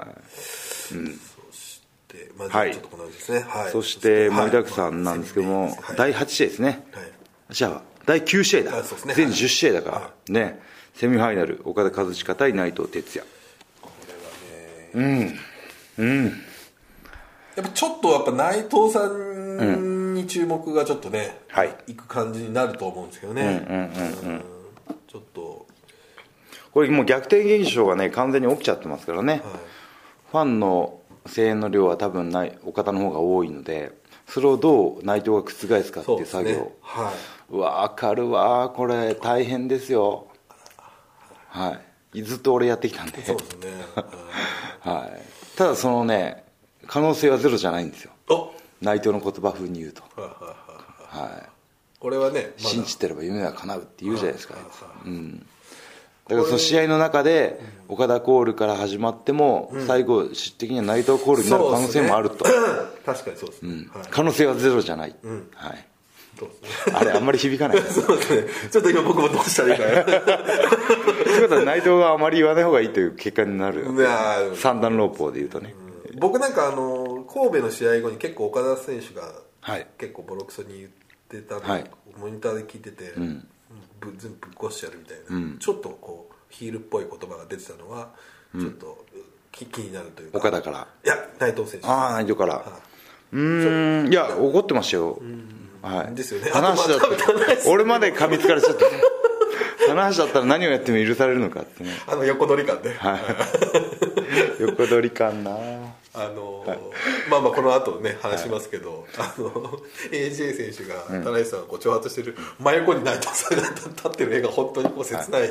まずちょっとこのですね。 そして盛りだくさんなんですけども、第8試合ですね。じゃあ第9試合だ。全10試合だからね。セミファイナル岡田和親対内藤哲也。 これはね。やっぱちょっと内藤さんに注目がちょっとね、いく感じになると思うんですけどね。ちょっとこれもう逆転現象がね完全に起きちゃってますからね。ファンの声援の量は多分岡田の方が多いので、それをどう内藤が覆すかっていう作業、分かるわ、これ大変ですよ。ずっと俺やってきたんで。 そうですね、 ただそのね可能性はゼロじゃないんですよ、内藤の言葉風に言うと。 これはね、 信じてれば夢は叶うって言うじゃないですか。だからその試合の中で岡田コールから始まっても、最後的には内藤コールになる可能性もあると。 確かにそうですね、 可能性はゼロじゃない。あれあんまり響かない。 そうですね、ちょっと今僕もどうしたらいいかな。 ということは内藤があまり言わない方がいいという結果になる。三段ロープで言うとね。 僕なんか神戸の試合後に結構岡田選手が結構ボロクソに言ってたのをモニターで聞いてて、全部ぶっ壊してやるみたいな、ちょっとこうヒールっぽい言葉が出てたのはちょっと気になるというか。 岡田から？ いや内藤選手。 内藤から。いや怒ってましたよ。 ですよね。 俺まで噛みつかれちゃって。話だったら何をやっても許されるのかってね。 横取り感で。 横取り感な。 この後ね話しますけど、AJ 選手が田中さんが挑発してる真横に内藤さんが立ってる絵が本当にこう切ない。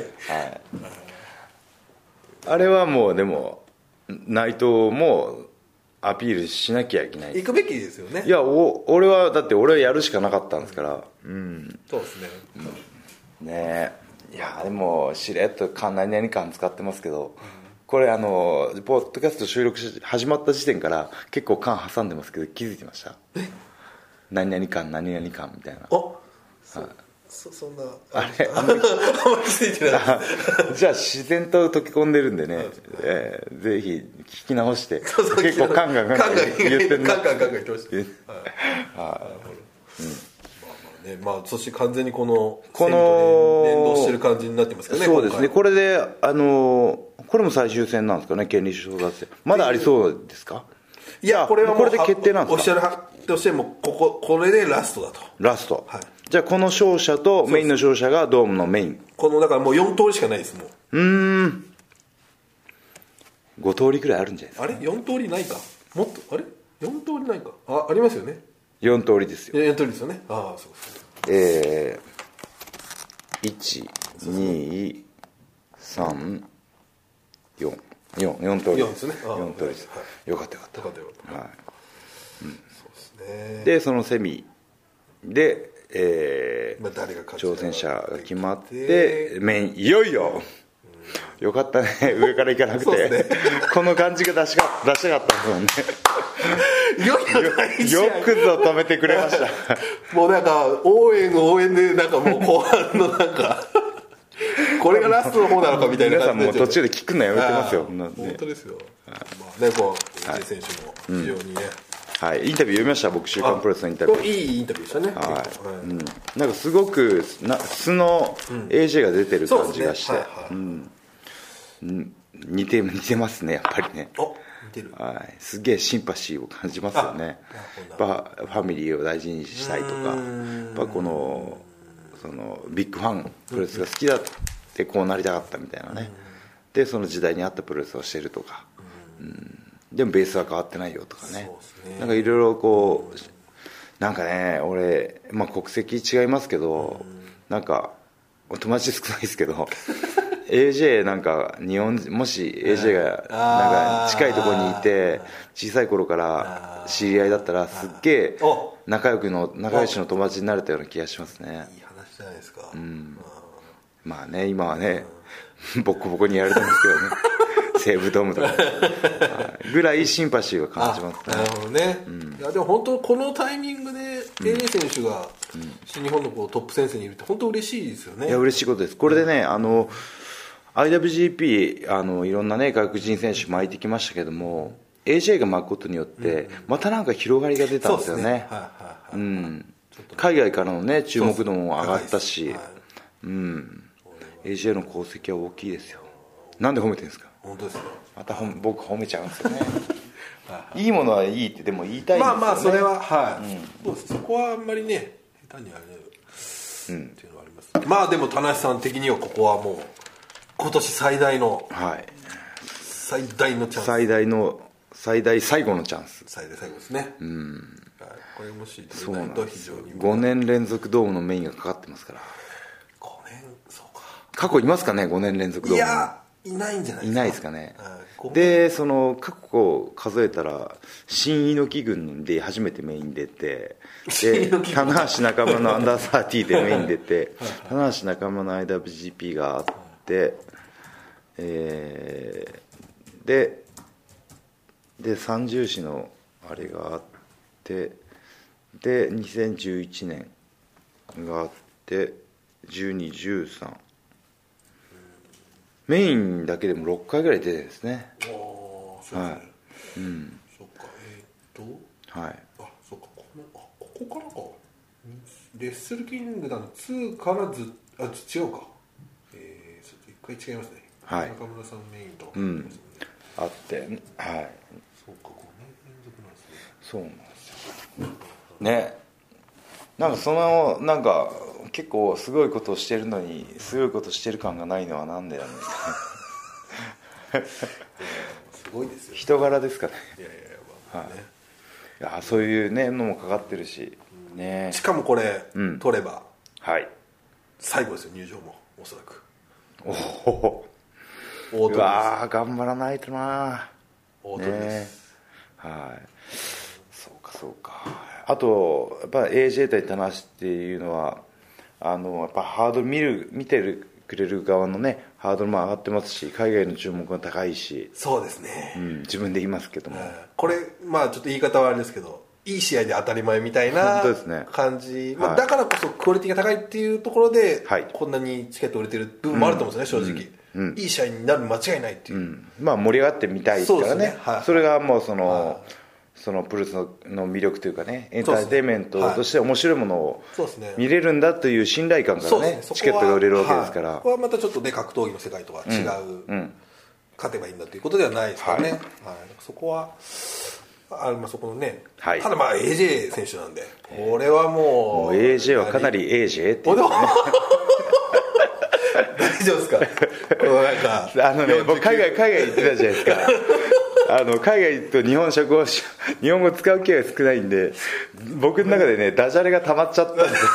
あれはもうでも内藤もアピールしなきゃいけない。 行くべきですよね。 いや俺はだって俺はやるしかなかったんですから。 そうですね。 ねえ、いやでもしれっと何々感使ってますけど、これポッドキャスト収録始まった時点から結構感挟んでますけど気づいてました？何々感何々感みたいな。 そんなあれあんまりついてない。 じゃあ自然と溶け込んでるんでね、ぜひ聞き直して結構カンカン言ってるな。 カンカン言ってました。 ね、まあ、そして完全にこの連動してる感じになってますかね。 そうですね。これでこれも最終戦なんですかね、権利争奪戦。まだありそうですか？ いや、これはもうこれで決定なんですか？ オフィシャル発表としてもこれでラストだと。 ラスト。 はい。 じゃあこの勝者とメインの勝者がドームのメイン。 だからもう4通りしかないですもん。 5通りくらいあるんじゃないですか。 あれ4通りないか。もっとあれ4通りないか。ありますよね。 4通りですよ。 4通りですよね。ああ、そう 1、2、3、4通り。 4ですね。 4通りです。よかった。はい。 そうですね。 でそのセミで、 誰が挑戦者が決まってメインいよいよ。よかったね、上から行かなくて、ね、この感じが出したかったもんね。よくぞ止めてくれました。 もうなんか応援でなんかもう後半のなんかこれがラストの方なのかみたいな感じで、 皆さんもう途中で聞くのやめてますよ。 本当ですよ。まあね、AJ 選手も非常にね、 はい、インタビュー読みました。僕週刊プロレスのインタビュー、 いいインタビューでしたね。 はい、なんかすごく素の AJ が出てる感じがして、似てますね、やっぱりね。 似てる。 はい、すげえシンパシーを感じますよね。ファミリーを大事にしたいとか、やっぱそのビッグファンプロレスが好きだってこうなりたかったみたいなね。でその時代に合ったプロレスをしてるとか、でもベースは変わってないよとかね。なんかいろいろこうなんかね、俺、まあ、国籍違いますけど、なんか友達少ないですけどAJ なんかもし AJ がなんか近いところにいて小さい頃から知り合いだったらすっげえ仲良しの友達になれたような気がしますね。 いい話じゃないですか。 まあね、今はねボコボコにやられてますけどね西武ドームとかぐらいシンパシーを感じますね。 なるほどね。いやでも本当このタイミングで AJ 選手が新日本のトップ戦線にいるって本当嬉しいですよね。 いや嬉しいことです。これでね、IWGP いろんなね外国人選手巻いてきましたけども、 AJ が巻くことによってまたなんか広がりが出たんですよね。海外からのね注目度も上がったし、AJ の功績は大きいですよ。なんで褒めてるんですか？ 本当ですよ。 また僕褒めちゃうんですよねいいものはいいってでも言いたいんですよね。 まあそれはそうです。そこはあんまりね下手にあれっていうのはあります。まあでも田無さん的にはここはもう今年最大の最大のチャンス、 最後のチャンス、 最後ですね。これもしそうなんですよ。5年連続ドームのメインがかかってますから。 5年、そうか。 過去いますかね、5年連続ドーム。 いやいないんじゃないですか。 いないですかね。でその過去を数えたら新猪木軍で初めてメイン出て、で棚橋中村のアンダー30でメイン出て棚橋中村の IWGP があって、で三重士のあれがあって、で2011年があって12、13メインだけでも6回ぐらい出てるんですね。 そうですね。そっか。 はい。 そっか。ここからか。レッスルキングダム2から違うか。ちょっと一回違いますね。 はい。 中村さんメインとあって、はい。 そうか、5年連続なんですね。 そうなんですよ。ね。なんかなんか結構すごいことをしてるのにすごいことしてる感がないのはなんでなんですかねすごいですよ。 人柄ですかね。 いやそういうねのもかかってるし、ね。 しかもこれ、取れば最後ですよ、入場もおそらく。 うわ頑張らないとな。 大鳥です。 そうか。あとやっぱ AJ 対棚橋っていうのはやっぱハードル見てくれる側のねハードルも上がってますし、海外の注目が高いし。 そうですね。 自分で言いますけども、 これまあちょっと言い方はあれですけど、いい試合で当たり前みたいな感じ、だからこそクオリティが高いっていうところで、こんなにチケット売れてる部分もあると思うんですね、正直。いい試合になる間違いないっていう、 まあ盛り上がってみたいですからね。それがもうそのプロレスの魅力というかね、エンターテインメントとして面白いものを見れるんだという信頼感からね、チケットが売れるわけですから、 ここはまたちょっとね格闘技の世界とは違う、勝てばいいんだということではないですからね、そこはそこのね、ただまあ AJ 選手なんで、これはもう AJ はかなり AJ っていうね大丈夫ですか僕海外行ってたじゃないですか海外行くと日本語使う機会が少ないんで、僕の中でねダジャレが溜まっちゃったんですよ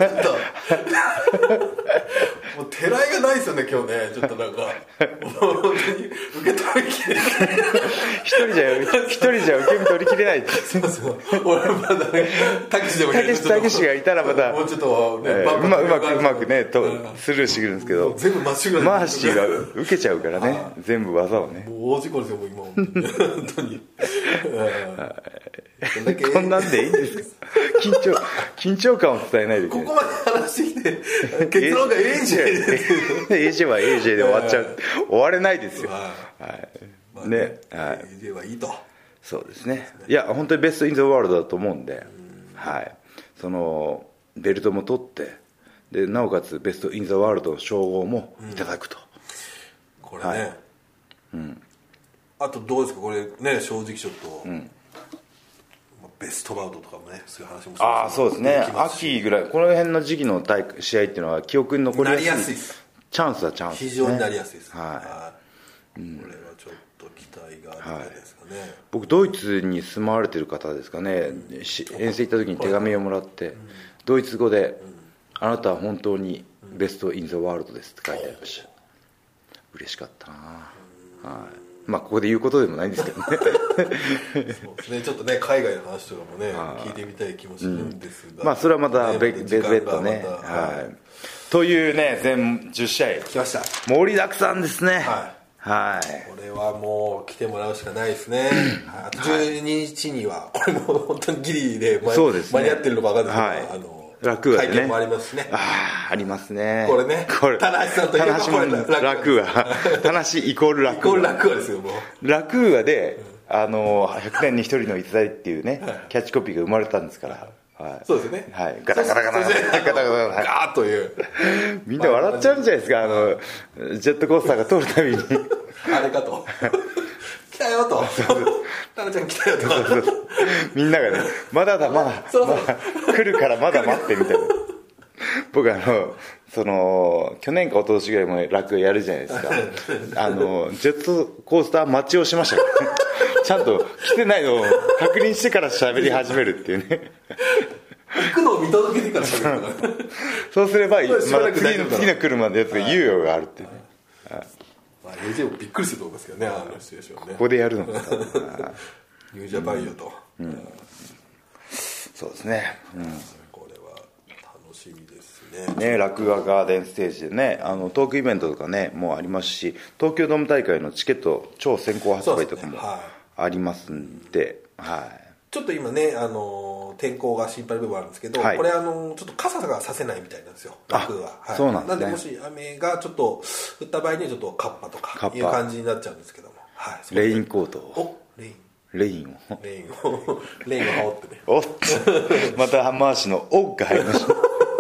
もうてらいがないですよね今日ね、ちょっとなんかもう本当に受け取りきれない一人じゃ受け身取りきれないってそうそう俺まだねたけしでもたけしがいたらまたもうちょっとね、 うまくねスルーしてくるんですけど、 全部まっしぐらマーシーが受けちゃうからね全部技をね、 もう大事故ですよもう今本当にこんなんでいいんですか緊張感を伝えないでここまで話してきて結論が AJ は AJ で終わっちゃう、終われないですよ、ね、 AJ はいいと、 そうですね、いや本当にベストインザワールドだと思うんで、そのベルトも取ってでなおかつベストインザワールドの称号もいただくと、 これね、あとどうですかこれね、正直ちょっと、ベストバウトとかもね、そういう話もそうですね、秋ぐらいこの辺の時期の試合っていうのは記憶に残りやすいチャンスはチャンスですね、 非常になりやすいです、これはちょっと期待があるんですかね、 僕ドイツに住まわれてる方ですかね、遠征行った時に手紙をもらって、ドイツ語で、あなたは本当にベストインザワールドですって書いてありました。嬉しかったな、まあここで言うことでもないんですけどねそうですね、ちょっとね海外の話とかもね聞いてみたい気もするんですが、 まあそれはまた別途ね、というね全10試合来ました、 盛りだくさんですね、 これはもう来てもらうしかないですね、あと12日にはこれも本当にギリで間に合ってるのか分かんないですけど、 楽はね、 会見もありますしね、 ありますね、 これね、棚橋さんといえば楽は棚橋イコール楽は楽はですよ、もう楽はで100年に一人の逸材っていうねキャッチコピーが生まれたんですから、 そうですね、 ガタガタガタガタガタガタガーというみんな笑っちゃうんじゃないですか、ジェットコースターが通るたびにあれかと来たよとタナちゃん来たよとみんながねまだ来るからまだ待ってみたいな僕その去年か一昨年ぐらいも落語やるじゃないですかジェットコースター待ちをしましたちゃんと来てないのを確認してから喋り始めるっていうね行くのを見届けてから喋るからそうすれば、次の車のやつが猶予があるっていうね、 AJ もびっくりすると思いますけどね、シチュエーションね、 ここでやるのかニュージャパンよと、 そうですね、 これは楽しみですね。 落語ガーデンステージでねトークイベントとかねもうありますし、東京ドーム大会のチケット超先行発売とかもありますんで、 ちょっと今ね天候が心配な部分あるんですけど、これちょっと傘がさせないみたいなんですよ、落語は、 そうなんですね。 なんでもし雨がちょっと降った場合にはちょっとカッパとかいう感じになっちゃうんですけども、 レインコートをレインを羽織ってねおっまたマーシの「お」が入りました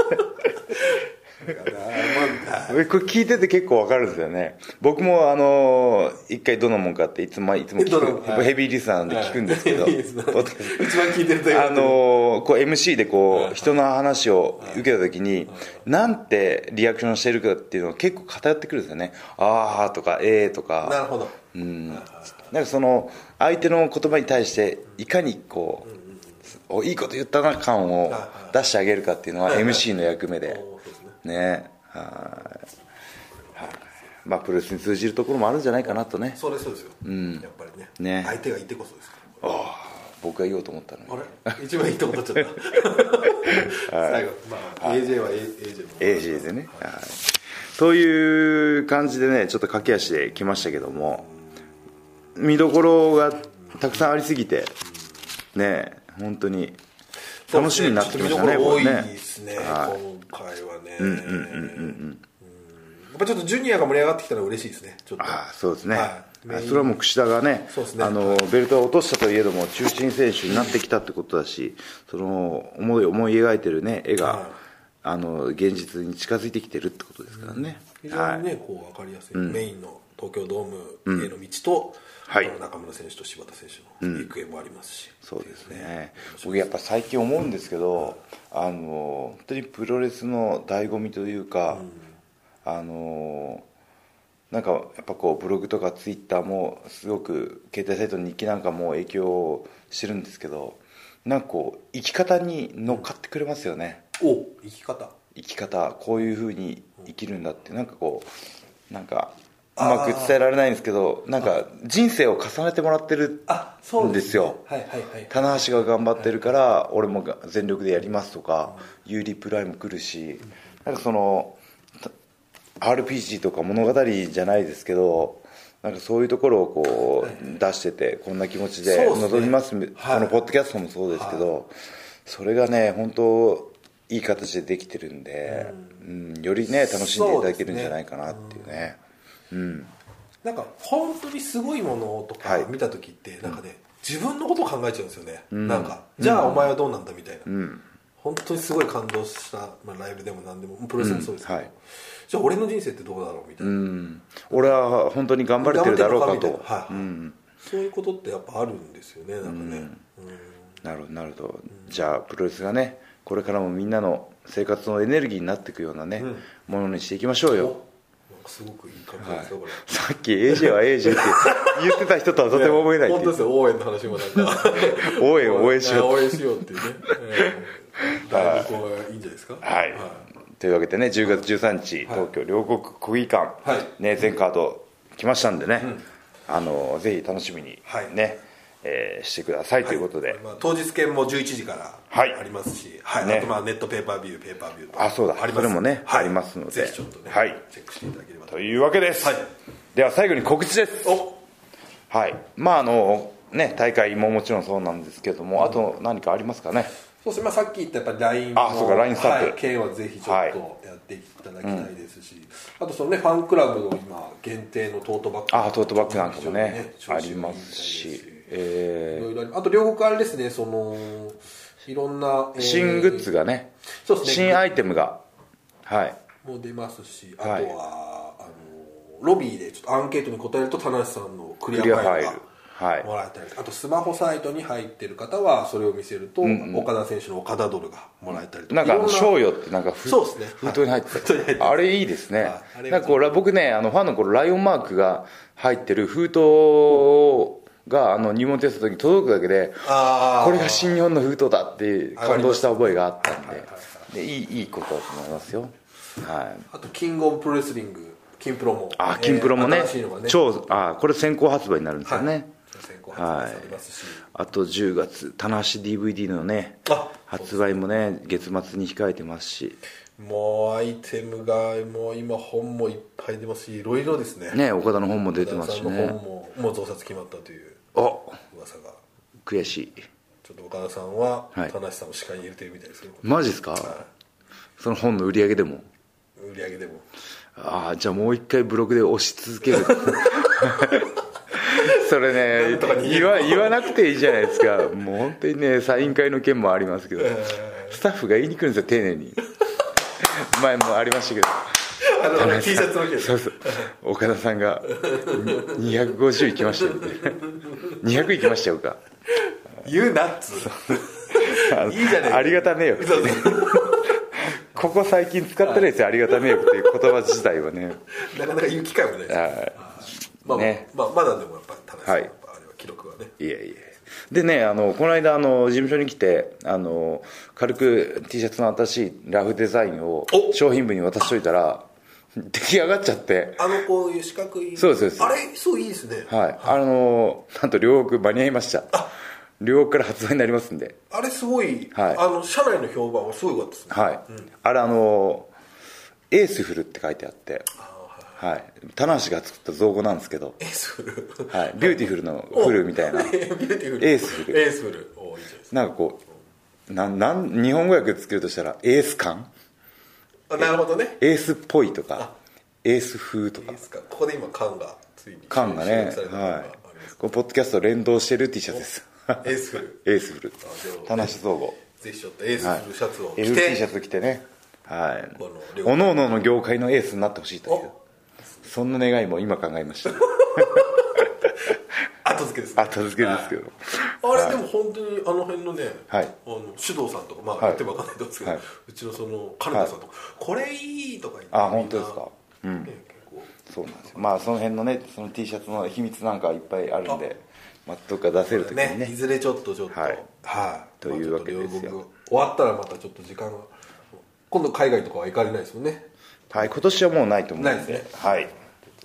これ聞いてて結構わかるんですよね。僕も一回どのもんかっていつも聞く、ヘビーリスナーなんで聞くんですけど一番聞いてるとこう MC でこう人の話を受けた時になんてリアクションしてるかっていうのが結構偏ってくるんですよね。あーとかとか、 なるほど、 なんかその相手の言葉に対していかにこういいこと言ったな感を出してあげるかっていうのは MC の役目でね、まあプロレスに通じるところもあるんじゃないかなとね。 そうですよ、やっぱりね、相手がいてこそですから。 僕が言おうと思ったのにあれ一番いいとこ取っちゃった最後、AJ は AJ でね、という感じでねちょっと駆け足で来ましたけども、見どころがたくさんありすぎてね本当に楽しみになってきましたね。 多いですね、今回はね。 っぱちょっとジュニアが盛り上がってきたら嬉しいですね、ちょっと。 そうですね、それはもう櫛田がね、ベルトを落としたといえども中心選手になってきたってことだし、その思い描いてるね絵が、現実に近づいてきてるってことですからね、 非常にね、こう分かりやすい、メインの東京ドームへの道と、中村選手と柴田選手の行方もありますし、 そうですね。僕やっぱ最近思うんですけど、本当にプロレスの醍醐味というか、なんかやっぱこうブログとかツイッターもすごく携帯サイトの日記なんかも影響してるんですけど、なんかこう生き方に乗っかってくれますよね。 生き方、 こういう風に生きるんだって、なんかこうなんかうまく伝えられないんですけど、なんか人生を重ねてもらってるんですよ。棚橋が頑張ってるから俺も全力でやりますとか、ユーリプライも来るし、なんかそのRPG とか物語じゃないですけど、なんかそういうところをこう出してて、こんな気持ちで臨みます、このポッドキャストもそうですけど、それがね本当いい形でできてるんで、よりね楽しんでいただけるんじゃないかなっていうね。 なんか本当にすごいものとか見た時ってなんかね、自分のことを考えちゃうんですよね、なんかじゃあお前はどうなんだみたいな、本当にすごい感動した、ライブでも何でもプロレスもそうですけど、じゃあ俺の人生ってどうだろうみたいな、 俺は本当に頑張れてるだろうかと、 そういうことってやっぱあるんですよね、なんかね、 なるほど、じゃあプロレスがねこれからもみんなの生活のエネルギーになっていくようなね、ものにしていきましょうよ。 すごくいい感じですよ、これ。 さっき AJ は AJ って言ってた人とはとても思えないっていう。 本当ですよ、応援の話もなんか応援しよう応援しようっていうね、だいぶこういいんじゃないですか。 というわけでね、10月13日、東京両国国技館、全カード来ましたんでね、ぜひ楽しみにね、してくださいということで、 当日券も11時からありますし、あとネットペーパービューとそうだ、それもねありますので、 ぜひちょっとねチェックしていただければというわけです。では最後に告知です。大会ももちろんそうなんですけども、あと何かありますかね。 そうですね、さっき言ったやっぱり LINE の LINE スタンプ件はぜひちょっとやっていただきたいですし、あとそのねファンクラブの今限定のトートバッグ、 トートバッグなんかもねありますし、 あと両国あれですね、そのいろんな、 新グッズがね、新アイテムがもう出ますし、あとはロビーでちょっとアンケートに答えると田無さんのクリアファイルがもらえたり、あとスマホサイトに入ってる方はそれを見せると、岡田選手の岡田ドルがもらえたりとか、 なんか賞与ってなんか封筒に入ってた、あれいいですね。なんかこれ僕ねファンの頃ライオンマークが入ってる封筒が入門テストの時に届くだけで、これが新日本の封筒だって感動した覚えがあったんで、いいことだと思いますよ。 あとキングオブプロレスリングキンプロもキンプロもね、これ先行発売になるんですよね。あと10月棚橋 DVD のね発売もね月末に控えてますし、 もうアイテムがもう今本もいっぱい出ますし、いろいろですね。 岡田の本も出てますしね。 岡田さんの本もう増刷決まったという噂が。 悔しい。 ちょっと岡田さんは田無さんを視界に入れてるみたいですよ。 マジですか。その本の売り上げでも。じゃあもう一回ブログで押し続けるそれね言わなくていいじゃないですか。もう本当にねサイン会の件もありますけど、スタッフが言いに来るんですよ、丁寧に。前もありましたけど T シャツの件、 そう岡田さんが250いきましたよね200いきましたよか言うなっついいじゃないありがた迷惑ってねここ最近使ってないですよ、ありがた迷惑っていう言葉自体はねなかなか言う機会もないですまだでもやっぱり田無さんのあれは記録はね。 いえでね、この間事務所に来て軽く T シャツの新しいラフデザインを商品部に渡しといたら出来上がっちゃって、 こういう四角い、 そうです、 あれそういいですね。 なんと両国間に合いました。両国から発売になりますんで、 あれすごい、社内の評判はすごい良かったですね。 あれエースフルって書いてあって、棚橋が作った造語なんですけど、 エースフル、 ビューティフルのフルみたいなエースフル、 いいじゃないですか。 なんかこう日本語訳つけるとしたらエース感、 なるほどね、 エースっぽいとかエース風とか。 ここで今缶がついに缶がね、はい、このポッドキャスト連動してる T シャツです。 エースフルエースフル田無総合、 ぜひちょっとエースフルシャツを着て、 L T シャツ着てね、はい、おのおのの業界のエースになってほしいという、そんな願いも今考えました。 後付けですね。 後付けですけど、 あれでも本当にあの辺のね、手動さんとか、まあ言っても分かんないと思うんですけど、うちのその金田さんとか、これいいとか言って、 あ、本当ですか。うん、そうなんですよ。まあその辺のね、その T シャツの秘密なんかいっぱいあるんで、まあどっか出せる時にね、 いずれちょっとはいというわけですよ。 終わったらまたちょっと時間が、今度海外とかは行かれないですもんね。 はい、今年はもうないと思うんで、はい。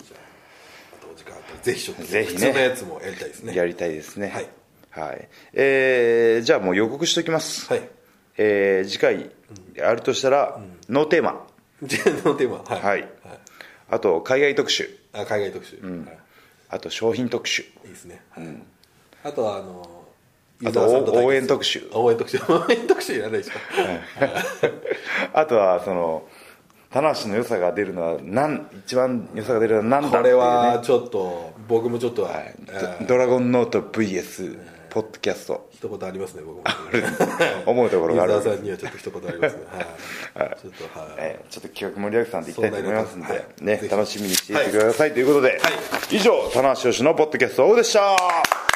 ぜひちょっとぜひね、 普通のやつもやりたいですね。 やりたいですね。 はい。 はい。じゃあもう予告しておきます。 はい。 次回あるとしたら、ノーテーマ。 ノーテーマ。 はい。あと海外特集。 海外特集。 あと商品特集。 いいですね。あとはあと応援特集。 応援特集やらないでしょ。 あとはその田無の良さが出るのは一番良さが出るのは何だっていう、ね、 これはちょっと僕もちょっと、 ドラゴンノート VS ポッドキャスト、 一言ありますね。僕も思うところがある。 ユーザーさんにはちょっと一言ありますね。 ちょっと企画盛り上げさんでいきたいと思いますので、楽しみにしていてくださいということで、以上、田無嘉のポッドキャストでした。